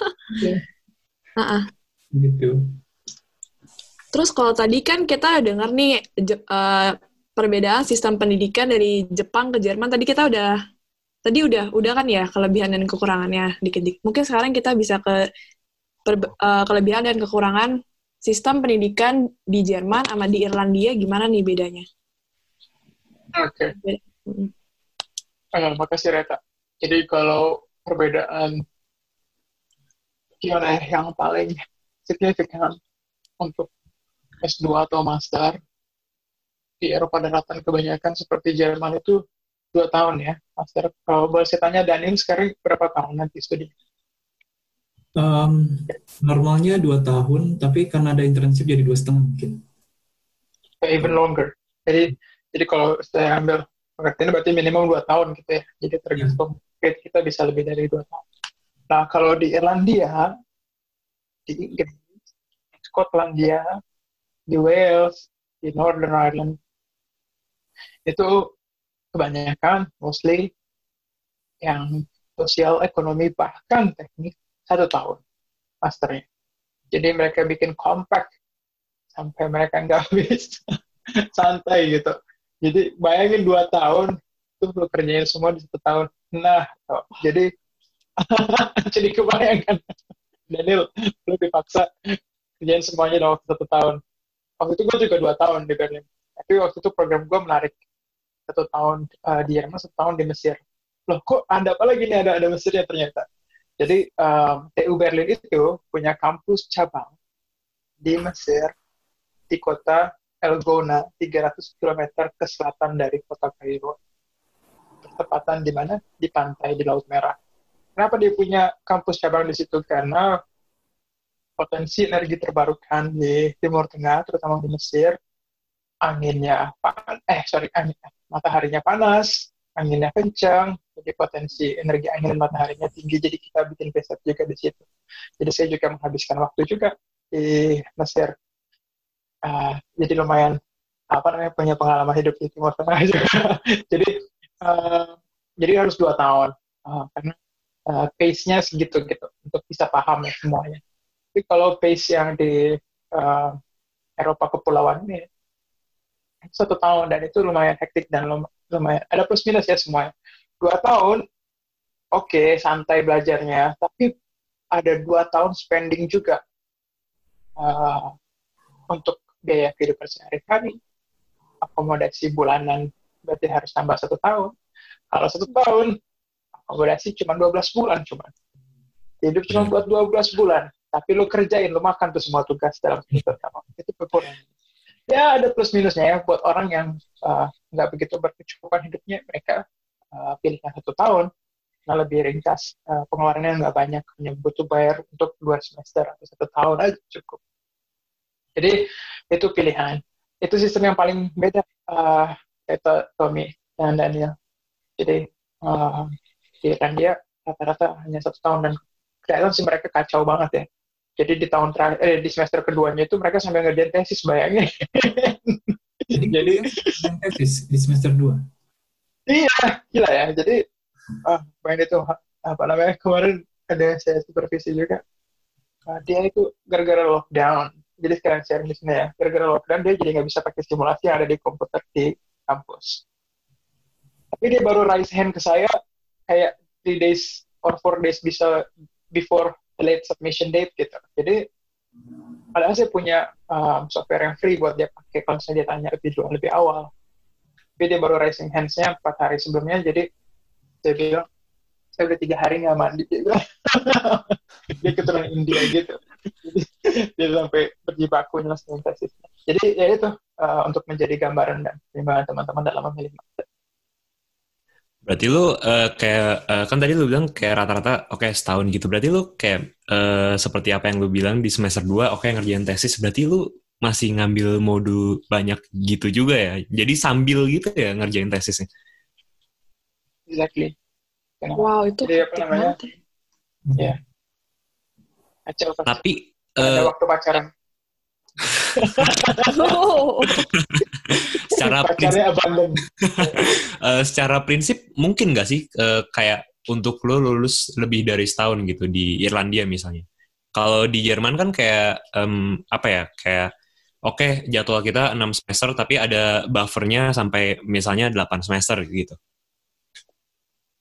Gitu. Terus kalau tadi kan kita dengar nih perbedaan sistem pendidikan dari Jepang ke Jerman. Tadi kita udah kan ya kelebihan dan kekurangannya dikit-dikit. Mungkin sekarang kita bisa ke kelebihan dan kekurangan sistem pendidikan di Jerman sama di Irlandia gimana nih bedanya? Oke. Makasih Reta. Jadi kalau perbedaan gimana ya, yang paling signifikan untuk S2 atau Master di Eropa Daratan kebanyakan seperti Jerman itu 2 tahun ya, Master. Kalau boleh saya tanya, Daniel sekarang berapa tahun nanti studi? Normalnya 2 tahun, tapi karena ada internship jadi 2,5 mungkin. Even longer. Jadi kalau saya ambil pengertian berarti minimum 2 tahun gitu ya. Jadi tergantung grade kita bisa lebih dari 2 tahun. Nah, kalau di Irlandia, di Inggris, Skotlandia, di Wales, di Northern Ireland, itu kebanyakan mostly yang sosial, ekonomi, bahkan teknik 1 tahun masternya. Jadi mereka bikin compact sampai mereka nggak habis santai gitu. Jadi bayangin 2 tahun itu lo kerjain semua di 1 tahun. Nah, jadi jadi kebayangkan Daniel lo dipaksa kerjain semuanya dalam waktu 1 tahun. Waktu itu gue juga 2 tahun di Berlin. Tapi waktu itu program gue menarik. 1 tahun di Jerman, 1 tahun di Mesir. Loh kok ada apa lagi nih, ada Mesirnya ternyata. Jadi TU Berlin itu punya kampus cabang di Mesir, di kota El Gouna, 300 km ke selatan dari kota Kairo. Bertepatan di mana? Di pantai di Laut Merah. Kenapa dia punya kampus cabang di situ? Karena potensi energi terbarukan di Timur Tengah, terutama di Mesir, mataharinya panas, anginnya kencang, jadi potensi energi angin dan mataharinya tinggi, jadi kita bikin riset juga di situ. Jadi saya juga menghabiskan waktu juga di Mesir. Jadi lumayan punya pengalaman hidup di Timur Tengah juga. jadi harus 2 tahun karena pace-nya segitu gitu untuk bisa paham ya semuanya. Tapi kalau pace yang di Eropa kepulauan ini 1 tahun, dan itu lumayan hektik dan lumayan ada plus minus ya semuanya. 2 tahun oke, santai belajarnya, tapi ada 2 tahun spending juga untuk biaya kehidupan sehari-hari, akomodasi bulanan berarti harus tambah 1 tahun. Kalau 1 tahun akomodasi cuma 12 bulan, hidup cuma buat 12 bulan, tapi lu kerjain, lu makan tuh semua tugas dalam hidup kamu, itu kekurangan. Ya ada plus minusnya ya buat orang yang nggak begitu berkecukupan hidupnya, mereka pilihkan 1 tahun, nah lebih ringkas, pengeluarannya nggak banyak, hanya butuh bayar untuk 2 semester atau 1 tahun aja cukup. Jadi itu pilihan. Itu sistem yang paling beda kata Tommy dan Daniel. Jadi di Irlandia rata-rata hanya 1 tahun, dan kelihatan sih mereka kacau banget ya. Jadi di tahun terakhir, di semester keduanya itu mereka sampai ngerjain tesis, bayangin. Jadi tesis di semester 2. Iya, gila ya. Jadi bayangin itu kemarin ada saya supervisi juga. Dia itu gara-gara lockdown. Jadi sekarang sharing di sini ya. Gara-gara lockdown dia jadi nggak bisa pakai simulasi yang ada di komputer di kampus. Tapi dia baru raise hand ke saya kayak 3 days or 4 days bisa before the late submission date gitu. Jadi padahal saya punya software yang free buat dia pakai kalau saya tanya lebih awal. Tapi dia baru raising hands-nya 4 hari sebelumnya, jadi saya bilang, saya udah 3 hari nggak mandi. Dia keturunan India gitu. Jadi dia sampai berjibaku nyelesain tesisnya. Jadi ya itu untuk menjadi gambaran dan pertimbangan teman-teman dalam memilih master. Berarti lu kan tadi lu bilang kayak rata-rata setahun gitu. Berarti lu kayak seperti apa yang lu bilang di semester 2 ngerjain tesis, berarti lu masih ngambil modul banyak gitu juga ya. Jadi sambil gitu ya ngerjain tesisnya. Exactly. Wow, itu jadi apa namanya? Ya. Acel, tapi ada waktu pacaran. Secara prinsip mungkin nggak sih kayak untuk lo lulus lebih dari setahun gitu di Irlandia misalnya. Kalau di Jerman kan kayak kayak jadwal kita 6 semester tapi ada buffernya sampai misalnya 8 semester gitu.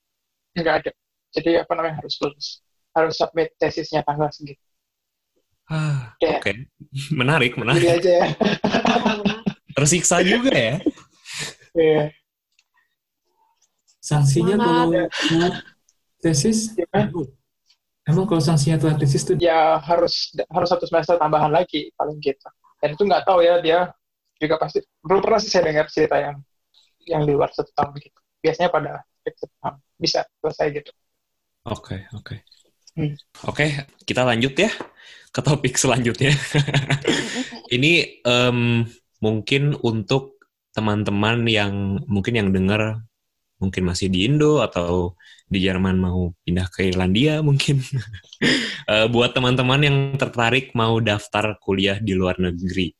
Nggak ada. Jadi harus lulus. Harus submit tesisnya tanggal segitu. Kayak, Oke. Menarik. Gini aja ya. Tersiksa juga ya. Iya. Sanksinya kalau telat tesis, emang kalau sanksinya telat tesis tuh Ya harus 1 semester tambahan lagi paling gitu. Dan itu nggak tahu ya, dia juga pasti belum pernah sih saya dengar cerita yang di luar 1 tahun gitu. Biasanya pada 1 tahun bisa selesai gitu. Oke. Oke, kita lanjut ya ke topik selanjutnya. Ini mungkin untuk teman-teman yang dengar mungkin masih di Indo atau di Jerman mau pindah ke Irlandia mungkin. Buat teman-teman yang tertarik mau daftar kuliah di luar negeri.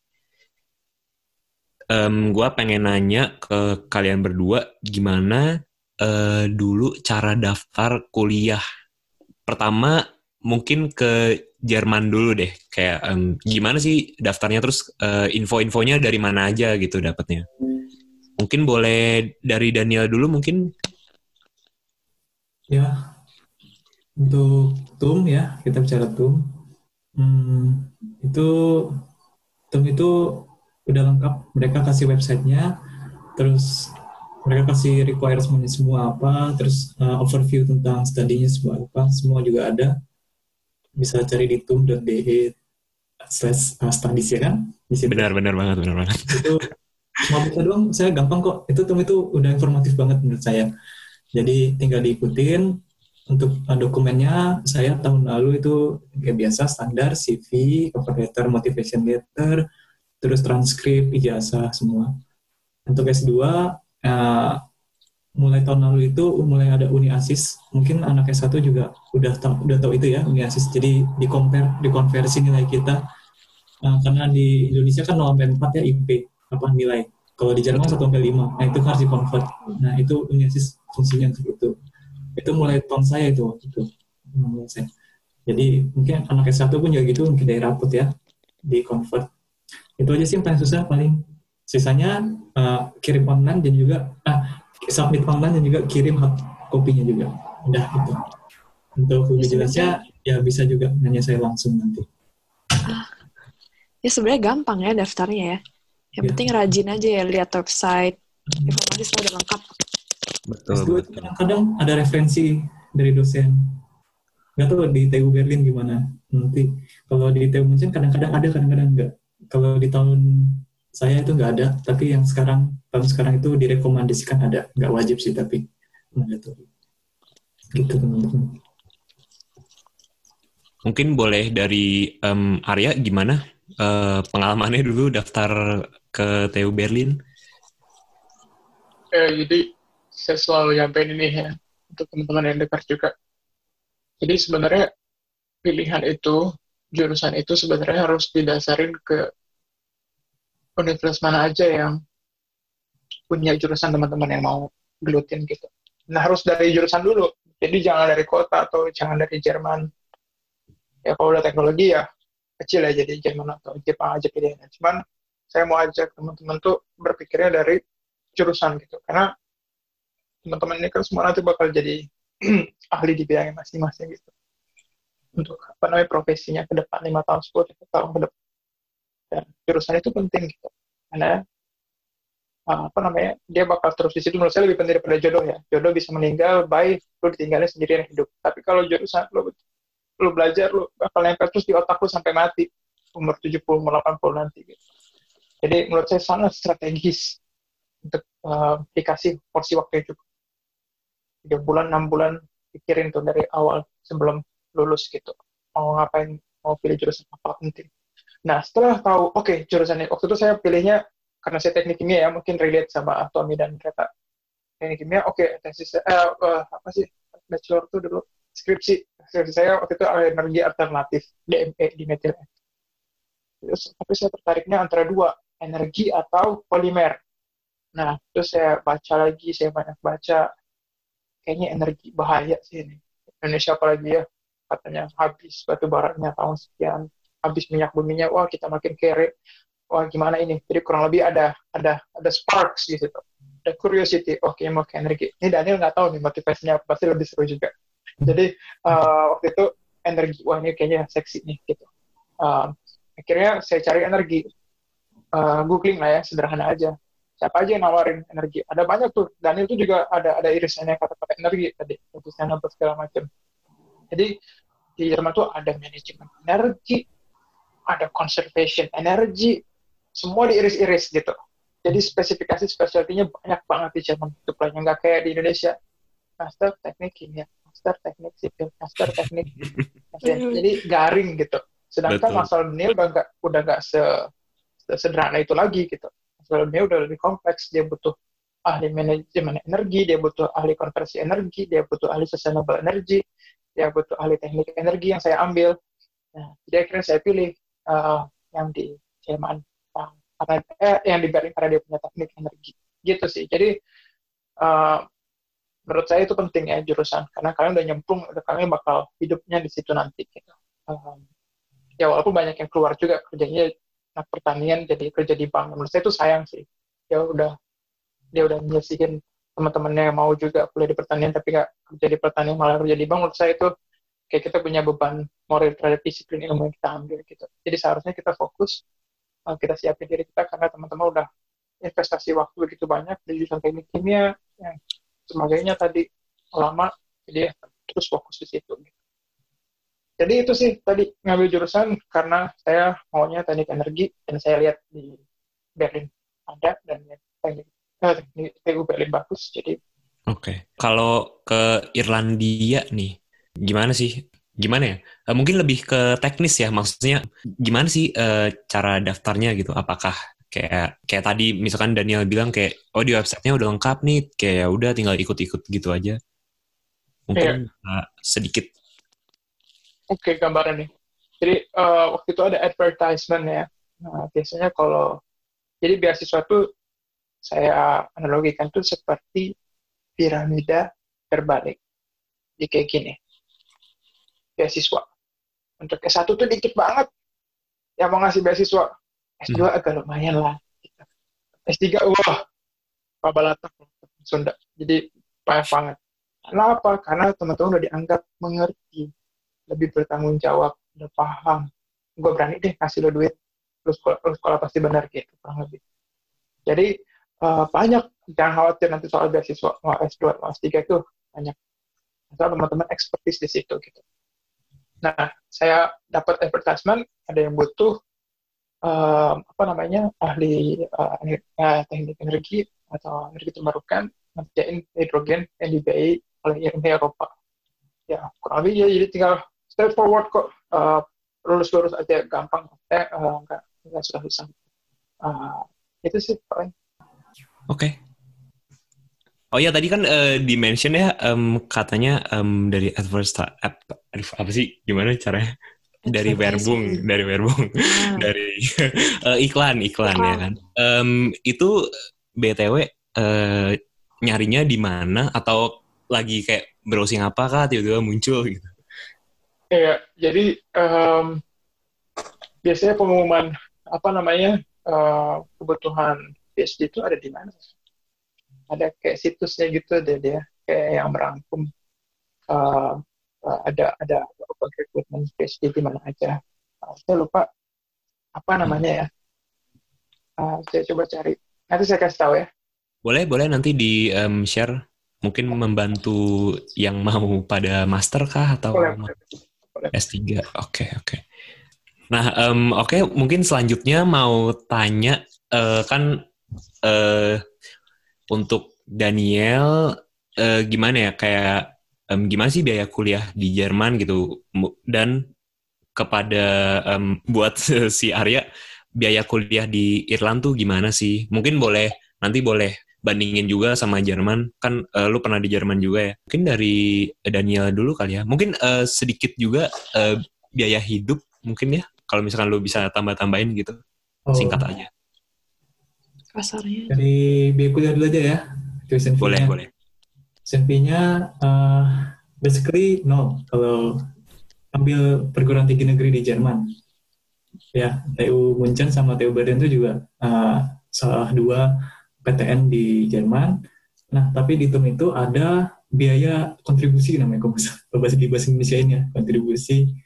Gue pengen nanya ke kalian berdua, gimana dulu cara daftar kuliah? Pertama, mungkin ke Jerman dulu deh. Kayak gimana sih daftarnya, terus info-infonya dari mana aja gitu dapatnya. Mungkin boleh dari Daniel dulu mungkin. ya untuk TUM ya, kita bicara TUM. Itu TUM itu udah lengkap, mereka kasih websitenya, terus mereka kasih requirement semua apa, terus overview tentang studinya semua apa, semua juga ada. Bisa cari di tum.de/studies ya kan? Di situ. Benar banget. Itu cuma buka doang, saya gampang kok. Itu TUM itu udah informatif banget menurut saya. Jadi tinggal diikutin. Untuk dokumennya, saya tahun lalu itu kayak biasa standar CV, cover letter, motivation letter, terus transkrip, ijazah semua. Untuk S2 mulai tahun lalu itu mulai ada Uni Asis. Mungkin anak S1 juga udah tahu itu ya, Uni Asis. Jadi dikonversi nilai kita. Karena di Indonesia kan 0-4 ya IP apa nilai. Kalau di Jerman 1-5. Nah, itu harus dikonvert. Nah, itu Uni Asis fungsinya untuk itu. Itu mulai tahun saya itu waktu itu. Jadi mungkin anak S1 pun juga gitu, mungkin dari rapot ya, di-convert. Itu aja sih yang paling susah, paling. Sisanya kirim online dan juga submit online dan juga kirim hard kopinya juga. Udah gitu. Untuk lebih jelasnya ya bisa juga nanya saya langsung nanti. Ya sebenarnya gampang ya daftarnya ya. Yang penting rajin aja ya lihat website. Informasi semua udah lengkap. Betul. S2 itu kadang-kadang ada referensi dari dosen. Nggak tahu di TU Berlin gimana nanti. Kalau di TU München kadang-kadang ada, kadang-kadang enggak. Kalau di tahun saya itu nggak ada, tapi yang tahun sekarang itu direkomendasikan ada. Nggak wajib sih, tapi mandatory. Gitu teman-teman. Mungkin boleh dari Arya, gimana pengalamannya dulu daftar ke TU Berlin? Jadi saya selalu nyampein ini ya untuk teman-teman yang dengar juga. Jadi sebenarnya pilihan itu, jurusan itu sebenarnya harus didasarin ke universitas mana aja yang punya jurusan teman-teman yang mau gelutin gitu. Nah, harus dari jurusan dulu. Jadi jangan dari kota atau jangan dari Jerman. Ya kalau udah teknologi ya kecil ya, jadi Jerman atau Jepang aja pilihannya. Cuman saya mau ajak teman-teman tuh berpikirnya dari jurusan gitu. Karena teman-teman ini kan semua nanti bakal jadi ahli di bidangnya masing-masing gitu. Untuk profesinya ke depan 5 tahun, 10 tahun ke depan. Dan jurusan itu penting gitu. Karena dia bakal terus di situ. Menurut saya lebih penting daripada jodoh ya. Jodoh bisa meninggal, bye, lu ditinggalin sendirian hidup. Tapi kalau jurusan lu belajar, lu bakal nempel terus di otak lu sampai mati. Umur 70, umur 80 nanti gitu. Jadi menurut saya sangat strategis untuk dikasih porsi waktu yang cukup. 3 bulan, 6 bulan pikirin tuh dari awal sebelum lulus gitu. Mau ngapain, mau pilih jurusan apa penting. Nah, setelah tahu, oke, jurusan ini, waktu itu saya pilihnya, karena saya teknik kimia ya, mungkin relate sama atomi dan kereta. Teknik kimia, tesis bachelor tuh dulu, skripsi saya waktu itu energi alternatif, DME, di metil. Terus, tapi saya tertariknya antara 2, energi atau polimer. Nah, terus saya baca lagi, saya banyak baca, kayaknya energi bahaya sih ini. Indonesia apalagi ya, katanya habis batu baranya tahun sekian, habis minyak buminya, wah kita makin kere, wah gimana ini. Jadi kurang lebih ada sparks di situ, ada curiosity, oke mau ke energi. Ini Daniel nggak tahu nih motivasinya, pasti lebih seru juga. Jadi waktu itu energi, wah ini kayaknya seksi nih gitu. Akhirnya saya cari energi, googling lah ya, sederhana aja. Siapa aja yang nawarin energi? Ada banyak tuh. Daniel tuh juga ada irisannya kata-kata energi tadi, sustainable segala macam. Jadi di Jerman tuh ada manajemen energi, ada conservation energy, semua diiris-iris gitu. Jadi spesifikasi specialty-nya banyak banget di Jerman. Supply-nya nggak kayak di Indonesia. Master teknik kimia, master teknik sipil, master teknik mesin. Jadi garing gitu. Sedangkan masalah Daniel udah nggak sederhana itu lagi gitu. Masalah Daniel udah lebih kompleks. Dia butuh ahli manajemen energi, dia butuh ahli konversi energi, dia butuh ahli sustainable energy, dia butuh ahli teknik energi yang saya ambil. Nah, jadi akhirnya saya pilih yang di Jerman, yang di Berlin karena dia punya teknik energi. Gitu sih. Jadi menurut saya itu penting ya jurusan, karena kalian udah nyemplung, kalian bakal hidupnya di situ nanti. Gitu. Ya walaupun banyak yang keluar juga kerjanya anak pertanian jadi kerja di bank. Menurut saya itu sayang sih. Dia udah nyelesain teman-temannya yang mau juga kuliah di pertanian tapi nggak kerja di pertanian malah kerja di bank. Menurut saya itu kayak kita punya beban moral terhadap disiplin ilmu yang kita ambil gitu. Jadi seharusnya kita fokus, kita siapin diri kita karena teman-teman udah investasi waktu begitu banyak di jurusan teknik kimia yang sebagainya tadi lama, jadi terus fokus di situ. Gitu. Jadi itu sih tadi ngambil jurusan karena saya maunya teknik energi dan saya lihat di Berlin ada dan teknik TU Berlin bagus. Jadi Kalau ke Irlandia nih, gimana sih? Gimana ya? Mungkin lebih ke teknis ya, maksudnya gimana sih cara daftarnya gitu? Apakah kayak tadi misalkan Daniel bilang kayak di websitenya udah lengkap nih, kayak udah tinggal ikut-ikut gitu aja. Mungkin sedikit. Oke, gambaran nih. Jadi waktu itu ada advertisement ya. Nah, biasanya jadi beasiswa tuh saya analogikan tuh seperti piramida terbalik. Jadi kayak gini. Beasiswa. Untuk S1 tuh dikit banget yang mau ngasih beasiswa. S2 agak lumayan lah. S3, wah, pabalatak Sunda. Jadi banyak banget. Kenapa? Karena teman-teman udah dianggap mengerti, lebih bertanggung jawab, udah paham. Gue berani deh kasih lo duit, lu sekolah pasti benar gitu, kurang lebih. Jadi banyak, jangan khawatir nanti soal beasiswa mau S2, mau S3 itu banyak. Soal teman-teman expertise di situ gitu. Nah, saya dapat advertisement, ada yang butuh ahli teknik energi atau energi terbarukan ngerjain hidrogen yang dibiayai oleh Uni Eropa. Ya, kurang lebih ya, jadi tinggal straightforward kok, lurus-lurus aja, gampang, nggak susah-susah. Itu sih paling. Oke. Oh ya, tadi kan di-mention ya, katanya dari apa sih, gimana caranya? Dari Werbung, dari iklan ya kan. Itu BTW nyarinya di mana atau lagi kayak browsing apa kah tiba-tiba muncul gitu? Iya, jadi biasanya pengumuman kebutuhan PhD itu ada di mana? Ada kayak situsnya gitu deh dia, kayak yang merangkum ada open recruitment PhD di mana aja. Saya lupa apa namanya ya. Saya coba cari. Nanti saya kasih tahu ya. Boleh nanti di share. Mungkin membantu yang mau pada master kah atau boleh. S3. Oke. Nah, mungkin selanjutnya mau tanya kan untuk Daniel gimana ya kayak gimana sih biaya kuliah di Jerman gitu, dan kepada buat si Arya biaya kuliah di Irland tuh gimana sih? Mungkin boleh bandingin juga sama Jerman, kan lu pernah di Jerman juga ya. Mungkin dari Daniel dulu kali ya. Mungkin sedikit juga biaya hidup mungkin ya, kalau misalkan lu bisa tambah-tambahin gitu. Singkat aja. Kasarnya. Dari biaya kuliah dulu aja ya. Tuition fee-nya. Boleh. Tuition fee-nya basically no kalau ambil perguruan tinggi negeri di Jerman. Ya, TU München sama TU Berlin itu juga salah dua PTN di Jerman. Nah, tapi di TUM itu ada biaya kontribusi namanya, kalau bahasa Indonesia-nya kontribusi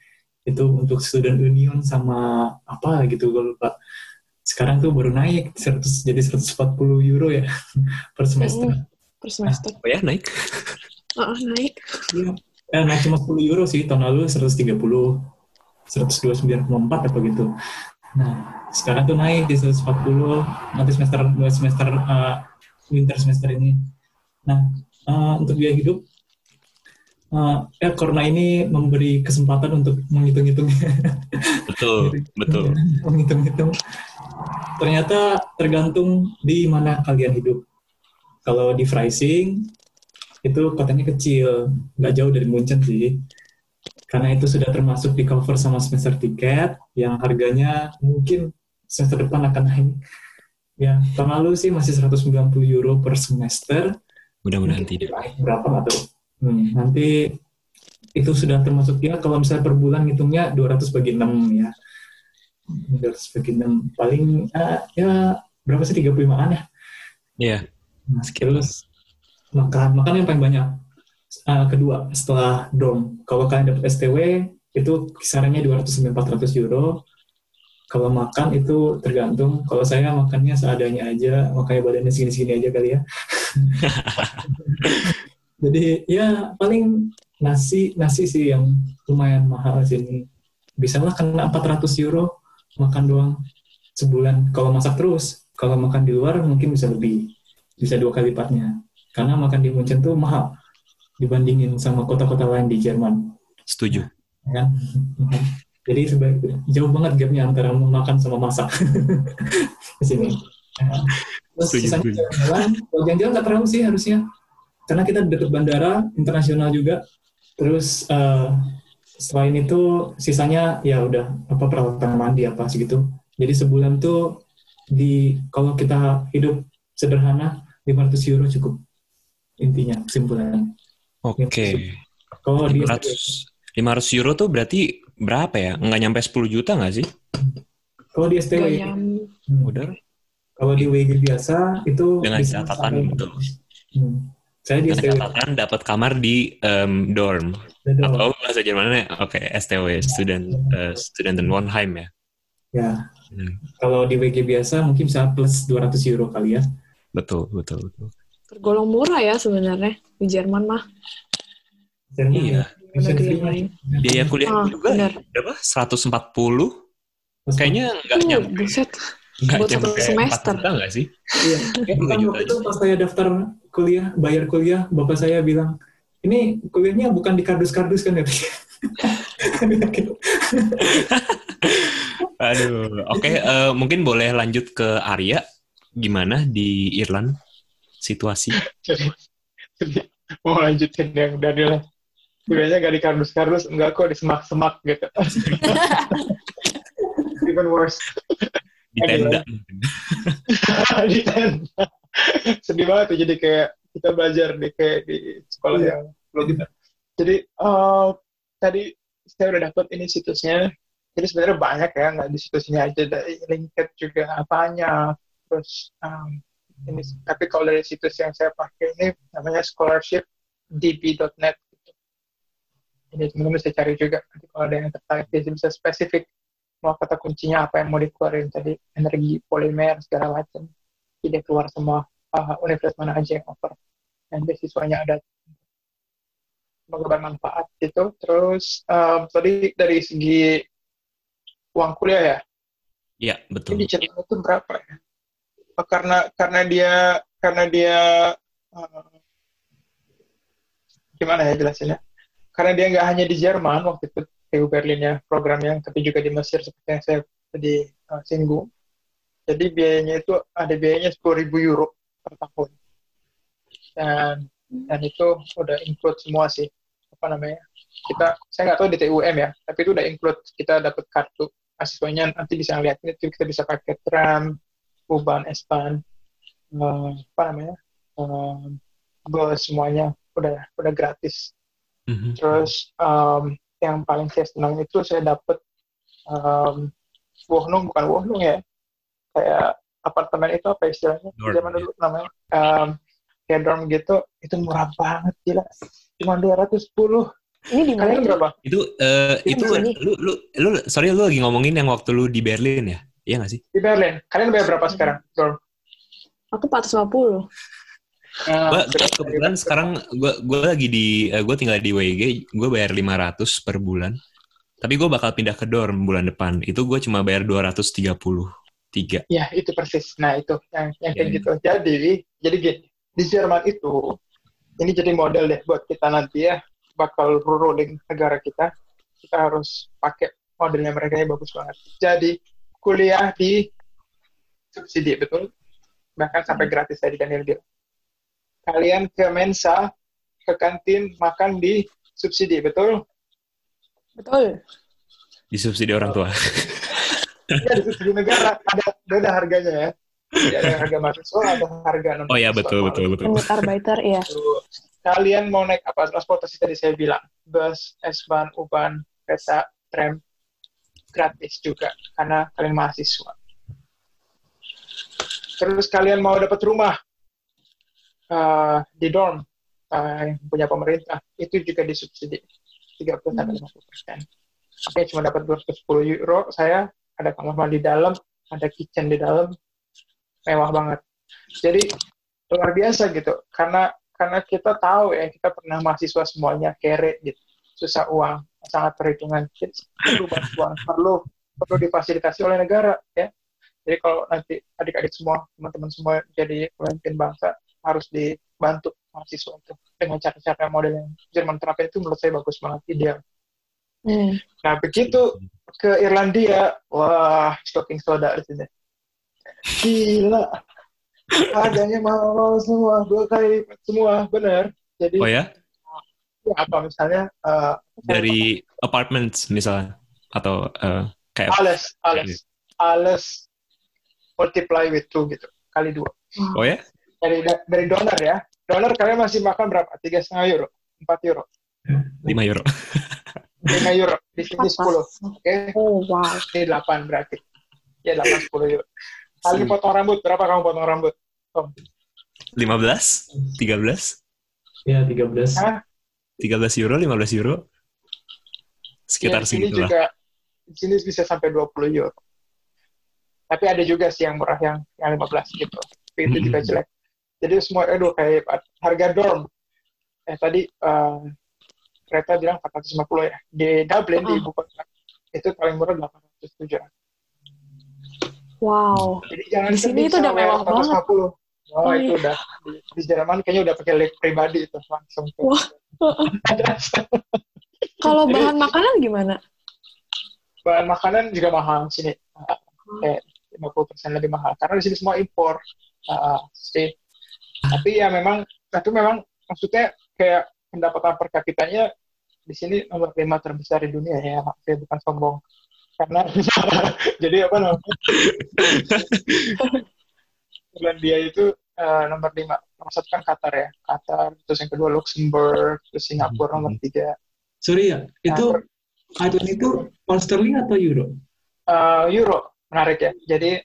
itu untuk student union sama apa gitu gue lupa. Sekarang tuh baru naik 100 jadi 140 euro ya per semester. Per semester. Oh ya, naik? Naik. Iya. Naik cuma 10 euro sih, tahun lalu 130, 129,4 apa gitu. Nah, sekarang tuh naik di 140, nanti semester winter semester ini. Nah, untuk biaya hidup, corona ini memberi kesempatan untuk menghitung-hitung. Betul. Menghitung-hitung. Ternyata tergantung di mana kalian hidup. Kalau di Freising, itu kotanya kecil, nggak jauh dari Munchen sih. Karena itu sudah termasuk di cover sama semester tiket, yang harganya mungkin semester depan akan naik. Ya, tahun lalu sih masih 190 euro per semester. Mudah-mudahan tidak. Berapa nggak tahu. Nanti itu sudah termasuk ya, kalau misalnya per bulan hitungnya 200 bagi 6 ya. 200 bagi 6. Paling ya berapa sih, 35-an ya? Iya. Nah, terus makan yang paling banyak. Kedua setelah dorm. Kalau kalian dapat STW itu kisarannya 200-400 euro. Kalau makan itu tergantung. Kalau saya makannya seadanya aja, makanya badannya segini-segini aja kali ya. Jadi ya paling nasi sih yang lumayan mahal sini. Bisalah kena 400 euro makan doang sebulan. Kalau masak terus, kalau makan di luar mungkin bisa lebih, bisa 2 kali lipatnya. Karena makan di Munchen tuh mahal dibandingin sama kota-kota lain di Jerman. Setuju. Ya, jadi jauh banget gapnya antara makan sama masak di sini. Terus sisanya jalan-jalan, kalau jalan-jalan nggak terlalu sih harusnya, karena kita dekat bandara internasional juga. Terus selain itu sisanya ya udah peralatan mandi apa segitu. Jadi sebulan tuh kalau kita hidup sederhana 500 euro cukup, intinya kesimpulan. Oke. Kalau 500 euro tuh berarti berapa ya? Nggak nyampe 10 juta nggak sih? Kalau di STW. Udah. Kalau di WG biasa itu dengan catatan betul. Saya di STW. Catatan dapat kamar di dorm. Atau bahasa Jermannya STW, Studentenwohnheim ya. Ya. Kalau di WG biasa mungkin bisa plus 200 euro kali ya. Betul. Tergolong murah ya sebenarnya di Jerman mah. Iya. Biaya kuliah juga berapa? 140? Kayaknya nggak nyampe. Buset. Nggak buat nyampe 1 semester. 4 juta nggak sih? Iya. Waktu itu pas saya daftar kuliah, bayar kuliah, bapak saya bilang, ini kuliahnya bukan di kardus-kardus kan ya? Aduh, oke. Mungkin boleh lanjut ke Arya. Gimana di Irland situasi? Jadi mau lanjutin yang Daniel. Kuliahnya gak di kardus-kardus, enggak kok di semak-semak gitu. Even worse. Di tenda. Di tenda. Sedih banget tuh, jadi kayak kita belajar kayak di sekolah yang belum kita. Jadi tadi saya udah dapat ini situsnya. Jadi sebenarnya banyak ya, nggak di situsnya aja, dari LinkedIn juga banyak. Terus ini, tapi kalau dari situs yang saya pakai ini namanya scholarshipdb.net. Gitu. Jadi teman-teman bisa cari juga. Nanti kalau ada yang tertarik, dia bisa spesifik mau kata kuncinya apa yang mau dikeluarin tadi, energi polimer segala macam. Jadi keluar semua universitas mana aja yang offer. Dan beasiswanya ada. Semoga bermanfaat gitu. Terus tadi dari segi uang kuliah ya? Iya, betul. Ini di Jerman itu berapa ya? Karena dia gimana ya jelasinnya? Karena dia nggak hanya di Jerman waktu itu TU Berlinnya programnya, tapi juga di Mesir seperti yang saya tadi singgung. Jadi biayanya itu ada biayanya 10.000 euro per tahun. Dan itu udah include semua sih. Apa namanya? Saya nggak tahu di TUM ya, tapi itu udah include, kita dapat kartu mahasiswanya, nanti bisa ngeliat ini, kita bisa pakai tram, U-Bahn, S-Bahn, bus, semuanya udah gratis. Mm-hmm. Terus yang paling saya senang itu saya dapat bukan wohnung ya, kayak apartemen itu apa istilahnya? Zaman dulu namanya kayak dorm gitu, itu murah banget gila, cuma 210. Ini di mana? Kalian berapa? Itu Di itu sini. lu sorry lu lagi ngomongin yang waktu lu di Berlin ya? Iya nggak sih? Di Berlin. Kalian bayar berapa sekarang? Dorm. Aku 450. Gua kebetulan sekarang gue lagi gue tinggal di WG, gue bayar 500 per bulan. Tapi gue bakal pindah ke dorm bulan depan. Itu gue cuma bayar 233. Ya, itu persis. Nah, itu yang kayak Ya. gitu. Jadi gini, di Jerman itu ini jadi model deh buat kita nanti ya, bakal ruling negara kita. Kita harus pakai modelnya mereka yang bagus banget. Jadi kuliah di subsidi, betul? Bahkan sampai gratis tadi Daniel bilang. Kalian ke Mensa, ke kantin, makan di subsidi, betul? Betul. Disubsidi orang tua. Iya, di subsidi negara. Ada harganya ya. Jadi ada harga mahasiswa, ada harga non-mahasiswa. Oh ya betul. Mitarbeiter, iya. Kalian mau naik apa? Transportasi tadi saya bilang. Bus, S-Bahn, U-Bahn, kereta, tram. Gratis juga, karena kalian mahasiswa. Terus kalian mau dapat rumah di dorm yang punya pemerintah, itu juga disubsidi 30-50%. Oke, cuma dapat 210 euro. Saya ada kamar mandi dalam, ada kitchen di dalam, mewah banget. Jadi luar biasa gitu, karena kita tahu ya, kita pernah mahasiswa semuanya kere gitu, susah uang, sangat perhitungan. Jadi perlu bantuan, perlu difasilitasi oleh negara ya. Jadi kalau nanti adik-adik semua, teman-teman semua jadi pemimpin bangsa, harus dibantu mahasiswa itu dengan cara-cara model yang Jerman terapkan. Itu menurut saya bagus banget, ideal. Nah, begitu ke Irlandia, wah, stocking soda di sini. Gila. Harganya mahal semua, 2 kali semua, benar. Jadi Oh ya? apa misalnya Dari apartments misalnya atau kayak alles multiply with 2 gitu, kali 2. Oh ya? Dari donor ya. Donor kalian masih makan berapa? 3,5 euro? 4 euro? 5 euro. 5 euro. Di sini 10. Oke? Oh, wow. Ini 8 berarti. Ya, 8-10 euro. Kalian potong rambut, berapa kamu potong rambut? Tom? 15? 13? Ya, 13. Hah? 13 euro, 15 euro? Sekitar Ya, sini segitulah. juga, di sini bisa sampai 20 euro. Tapi ada juga sih yang murah, yang 15 gitu. Tapi itu juga jelek. Jadi semua, kayak harga dorm. Tadi kereta bilang 450 ya. Di Dublin, di ibu kota, itu paling murah 807. Wow. Jadi jangan Di sini itu udah mewah banget. Oh, itu udah. Di Jerman kayaknya udah pakai lift pribadi itu langsung. Wah. Kalau bahan makanan gimana? Bahan makanan juga mahal sini. Kayak 50% lebih mahal. Karena di sini semua impor. Sih. Tapi ya memang maksudnya kayak pendapatan per kapitanya di sini nomor 5 terbesar di dunia ya. Saya bukan sombong. Karena jadi apa namanya? Irlandia itu nomor 5. Nomor 1 kan Qatar ya. Qatar, terus yang kedua Luxembourg, terus Singapura nomor 3. Sorry ya, itu Ireland itu pound sterling atau euro? Euro, menarik ya. Jadi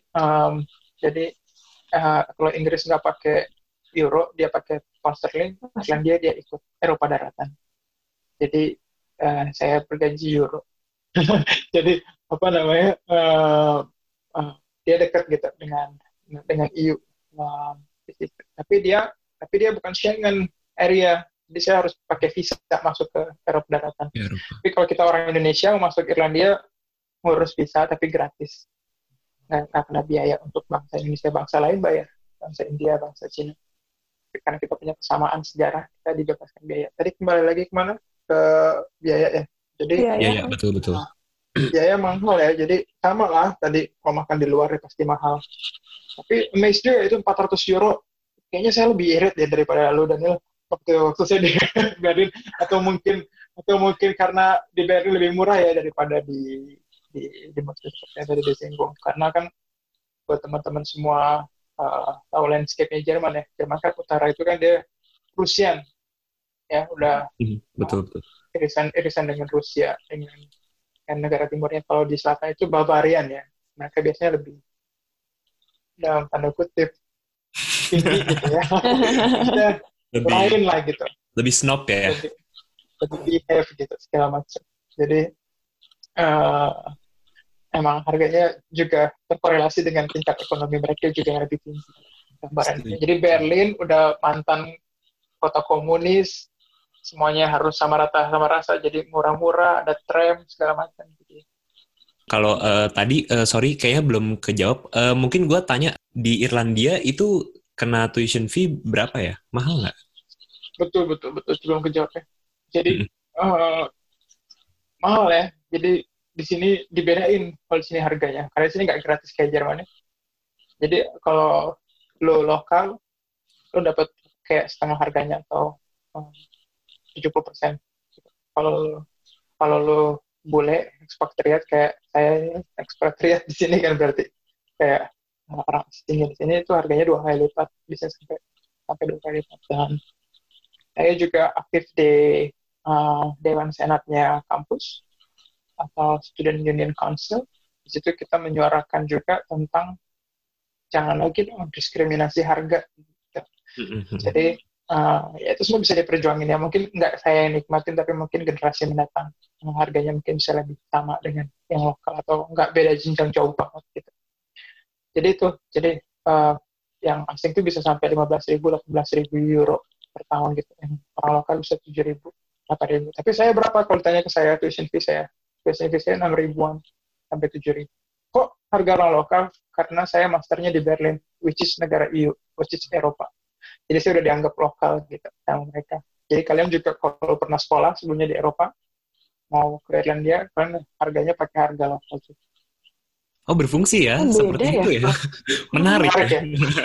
kalau Inggris nggak pakai euro, dia pakai pound sterling, Irlandia dia ikut Eropa daratan. Jadi saya bergaji euro. Jadi apa namanya? Dia dekat gitu dengan EU. Tapi dia bukan Schengen area. Jadi saya harus pakai visa masuk ke Eropa daratan. Tapi kalau kita orang Indonesia mau masuk Irlandia, ngurus visa tapi gratis. Nggak kena biaya untuk bangsa Indonesia. Bangsa lain bayar. Bangsa India, bangsa Cina. Karena kita punya kesamaan sejarah, kita dibebaskan biaya. Tadi kembali lagi kemana? Ke biaya ya. Jadi Iya, betul. Biaya mahal ya. Jadi sama lah tadi kalau makan di luar ya pasti mahal. Tapi amazed juga itu 400 euro. Kayaknya saya lebih irit ya daripada lu Daniel waktu saya di Berlin, atau mungkin karena di Berlin lebih murah ya daripada di Moskow seperti yang tadi disinggung. Karena kan buat teman-teman semua tahu landscape-nya Jerman ya. Jerman kan utara itu kan dia Rusian. Ya, udah betul. Irisan dengan Rusia, dengan negara timurnya. Kalau di selatan itu Bavarian ya. Mereka biasanya lebih dalam tanda kutip tinggi gitu ya. Lain lah gitu. Lebih snob ya. body behave gitu segala macam. Jadi emang harganya juga terkorelasi dengan tingkat ekonomi mereka juga yang lebih tinggi gambarannya. Jadi Berlin udah mantan kota komunis, semuanya harus sama rasa, jadi murah-murah, ada tram segala macam. Kalau tadi, sorry, kayaknya belum kejawab. Mungkin gue tanya, di Irlandia itu kena tuition fee berapa ya? Mahal nggak? Betul, belum kejawab ya. Jadi mahal ya. Jadi di sini dibedain kalau di sini harganya. Karena di sini nggak gratis kayak Jerman ya. Jadi kalau lo lokal, lo dapat kayak setengah harganya atau 70%. Kalau lo bule ekspatriat kayak saya ini ekspatriat di sini kan berarti kayak orang asing di sini itu harganya 2 kali lipat, bisa sampai 2 kali lipat. Dan saya juga aktif di Dewan Senatnya kampus atau Student Union Council. Di situ kita menyuarakan juga tentang jangan lagi dong diskriminasi harga. Jadi ya itu semua bisa diperjuangin ya. Mungkin nggak saya yang nikmatin, tapi mungkin generasi mendatang harganya mungkin bisa lebih sama dengan yang lokal atau nggak beda jenjang jauh banget gitu. Jadi yang asing itu bisa sampai 15.000, 18.000 euro per tahun gitu. Yang orang lokal bisa 7.000, 8.000. Tapi saya berapa kalau ditanya ke saya tuition fee saya 6.000-an sampai 7.000. Kok harga orang lokal? Karena saya masternya di Berlin, which is negara EU, which is Eropa. Jadi saya udah dianggap lokal gitu sama mereka. Jadi kalian juga kalau pernah sekolah sebelumnya di Eropa, mau ke Irlandia, kalian harganya pakai harga lokal juga. Oh, berfungsi ya, seperti ya? itu ya. Menarik ya.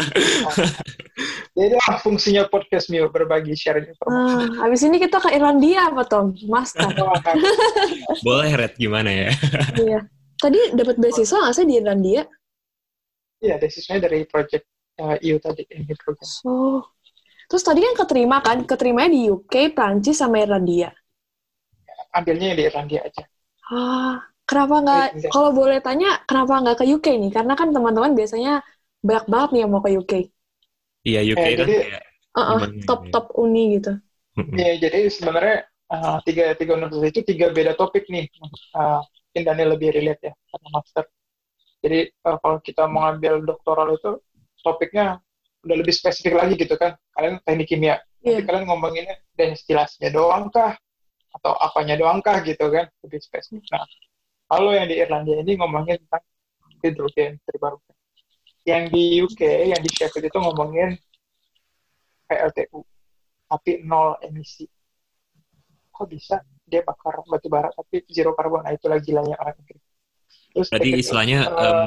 Jadi fungsinya podcast Mio, berbagi share informasi. Habis ini kita ke Irlandia apa Tom? Master. Boleh Red, gimana ya? Iya. Tadi dapat beasiswa nggak sih di Irlandia? Iya, beasiswanya dari project EU tadi ini program. Terus tadi kan keterimanya di UK, Prancis sama Irlandia. Ambilnya yang di Irlandia aja. Kenapa nggak? Kalau boleh tanya, kenapa nggak ke UK nih? Karena kan teman-teman biasanya banyak banget nih yang mau ke UK. Iya, UK kan jadi, kayak top ini gitu. Iya, jadi sebenarnya tiga universitas itu 3 beda topik nih. Mungkin Daniel lebih relate ya karena master. Jadi kalau kita mau ngambil doktoral itu topiknya udah lebih spesifik lagi gitu kan. Kalian teknik kimia, tapi kalian ngomonginnya destilasinya doang kah atau apanya doang kah gitu kan, lebih spesifik. Nah, kalau yang di Irlandia ini ngomongin tentang hidrogen terbarukan. Yang di UK, yang di Sheffield itu ngomongin PLTU, tapi 0 emisi. Kok bisa dia bakar batu bara tapi zero karbon? Nah, itulah gilanya orang negeri. Terus berarti istilahnya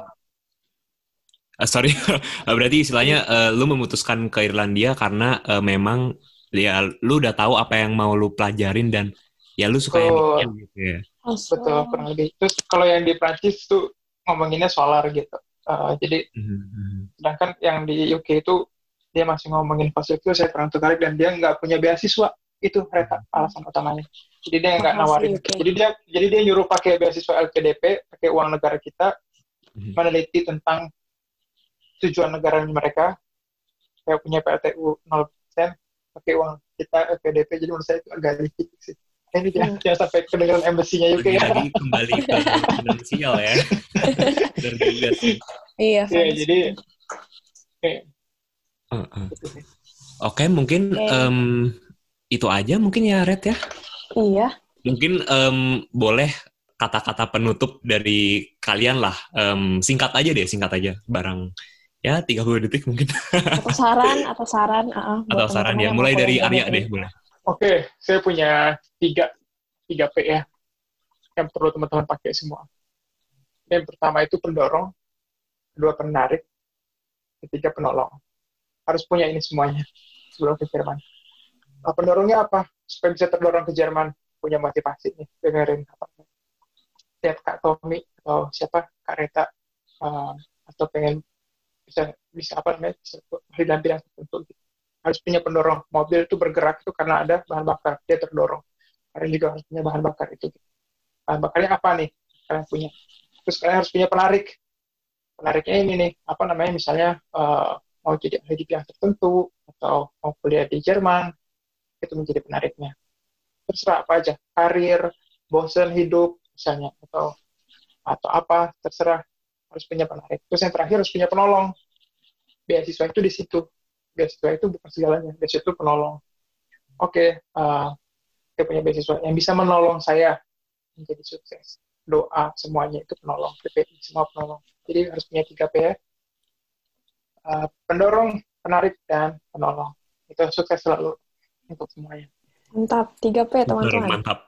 berarti istilahnya lu memutuskan ke Irlandia karena memang ya lu udah tahu apa yang mau lu pelajarin dan ya lu suka yang bikin gitu ya. Betul, kurang lebih. Terus kalau yang di Prancis tuh ngomonginnya solar gitu. Jadi sedangkan yang di UK itu dia masih ngomongin fosil fuel, saya kurang tertarik dan dia nggak punya beasiswa. Itu mereka alasan utamanya. Jadi dia nggak nawarin. Okay. Jadi dia nyuruh pakai beasiswa LPDP, pakai uang negara kita, meneliti tentang tujuan negara mereka, kayak punya PLTU 0%, pakai uang kita LPDP. Jadi menurut saya itu agak licik sih. Ini jangan sampai kedengeran embassy-nya UK ya. Lagi kembali ke finansial ya. Benar juga sih. Iya, jadi Oke, mungkin itu aja mungkin ya Red ya. Iya. Mungkin boleh kata-kata penutup dari kalian lah. Singkat aja barang ya 30 detik mungkin. Atau saran. Atau saran ya. Mulai dari Arya deh boleh. Oke, saya punya 3 P ya yang perlu teman-teman pakai semua. Yang pertama itu pendorong, kedua penarik, ketiga penolong. Harus punya ini semuanya sebelum ke Jerman. Pendorongnya apa? Supaya bisa terdorong ke Jerman, punya motivasi nih, dengerin apa? Lihat Kak Tommy atau siapa Kak Reta atau pengen bisa apa namanya bisa dalam bidang tertentu. Harus punya pendorong. Mobil itu bergerak itu karena ada bahan bakar, dia terdorong. Kalian juga harus punya bahan bakar itu. Bahan bakarnya apa nih? Kalian punya. Terus kalian harus punya penarik. Penariknya ini nih, apa namanya? Misalnya mau jadi ahli di bidang tertentu atau mau kuliah di Jerman, itu menjadi penariknya. terserah apa aja, karir, bosen hidup misalnya, atau apa, terserah, harus punya penarik. Terus yang terakhir harus punya penolong. Beasiswa itu di situ. Beasiswa itu bukan segalanya, beasiswa itu penolong. Oke, saya punya beasiswa yang bisa menolong saya menjadi sukses. Doa semuanya itu penolong, PPI semua penolong. Jadi harus punya 3P ya. Pendorong, penarik, dan penolong. Itu sukses selalu untuk semuanya. Mantap, 3P teman-teman. Mantap.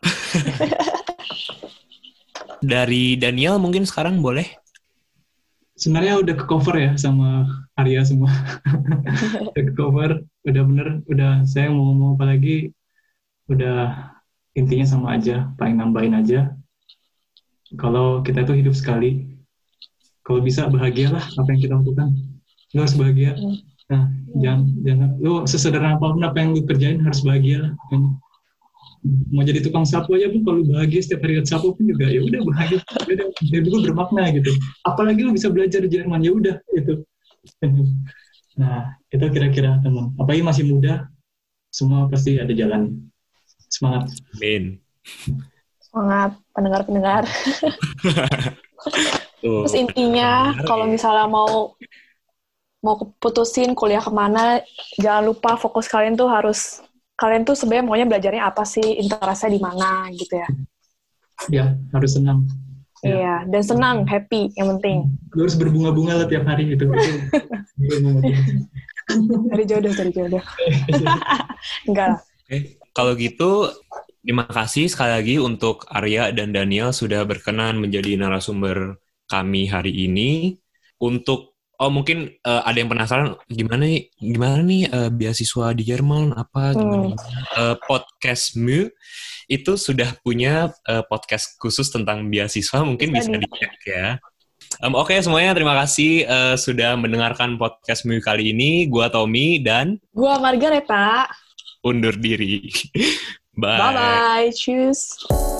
Dari Daniel mungkin sekarang boleh? Sebenarnya udah ke cover ya sama Arya semua. Udah ke cover, udah bener, udah saya mau ngomong apa lagi, udah intinya sama aja, paling nambahin aja. Kalau kita itu hidup sekali, kalau bisa bahagialah apa yang kita lakukan. Lu harus bahagia. Nah, jangan lu sesederhana apapun apa yang lu kerjain harus bahagia lah. Mau jadi tukang sapu aja pun kalau bahagia setiap hari lihat sapu pun juga ya udah bahagia, udah hidup gue bermakna gitu. Apalagi lu bisa belajar di Jerman, ya udah itu. Nah, itu kira-kira teman. Apalagi masih muda, semua pasti ada jalan. Semangat. Amin. Semangat pendengar-pendengar. Terus intinya kalau misalnya mau keputusin kuliah kemana, jangan lupa fokus kalian tuh sebenarnya maunya belajarnya apa sih, interestnya di mana gitu ya. Ya, harus senang. Iya, dan senang, happy yang penting. Lu harus berbunga-bunga lah tiap hari gitu. Dari jodoh. Enggak lah. Oke. Kalau gitu, terima kasih sekali lagi untuk Arya dan Daniel sudah berkenan menjadi narasumber kami hari ini. Mungkin ada yang penasaran gimana nih beasiswa di Jerman gimana. Podcastmu itu sudah punya podcast khusus tentang beasiswa, mungkin bisa dicek ya. Oke, semuanya terima kasih sudah mendengarkan podcastmu kali ini. Gua Tommy dan gua Margareta. Undur diri. Bye. Bye-bye. Tschüss.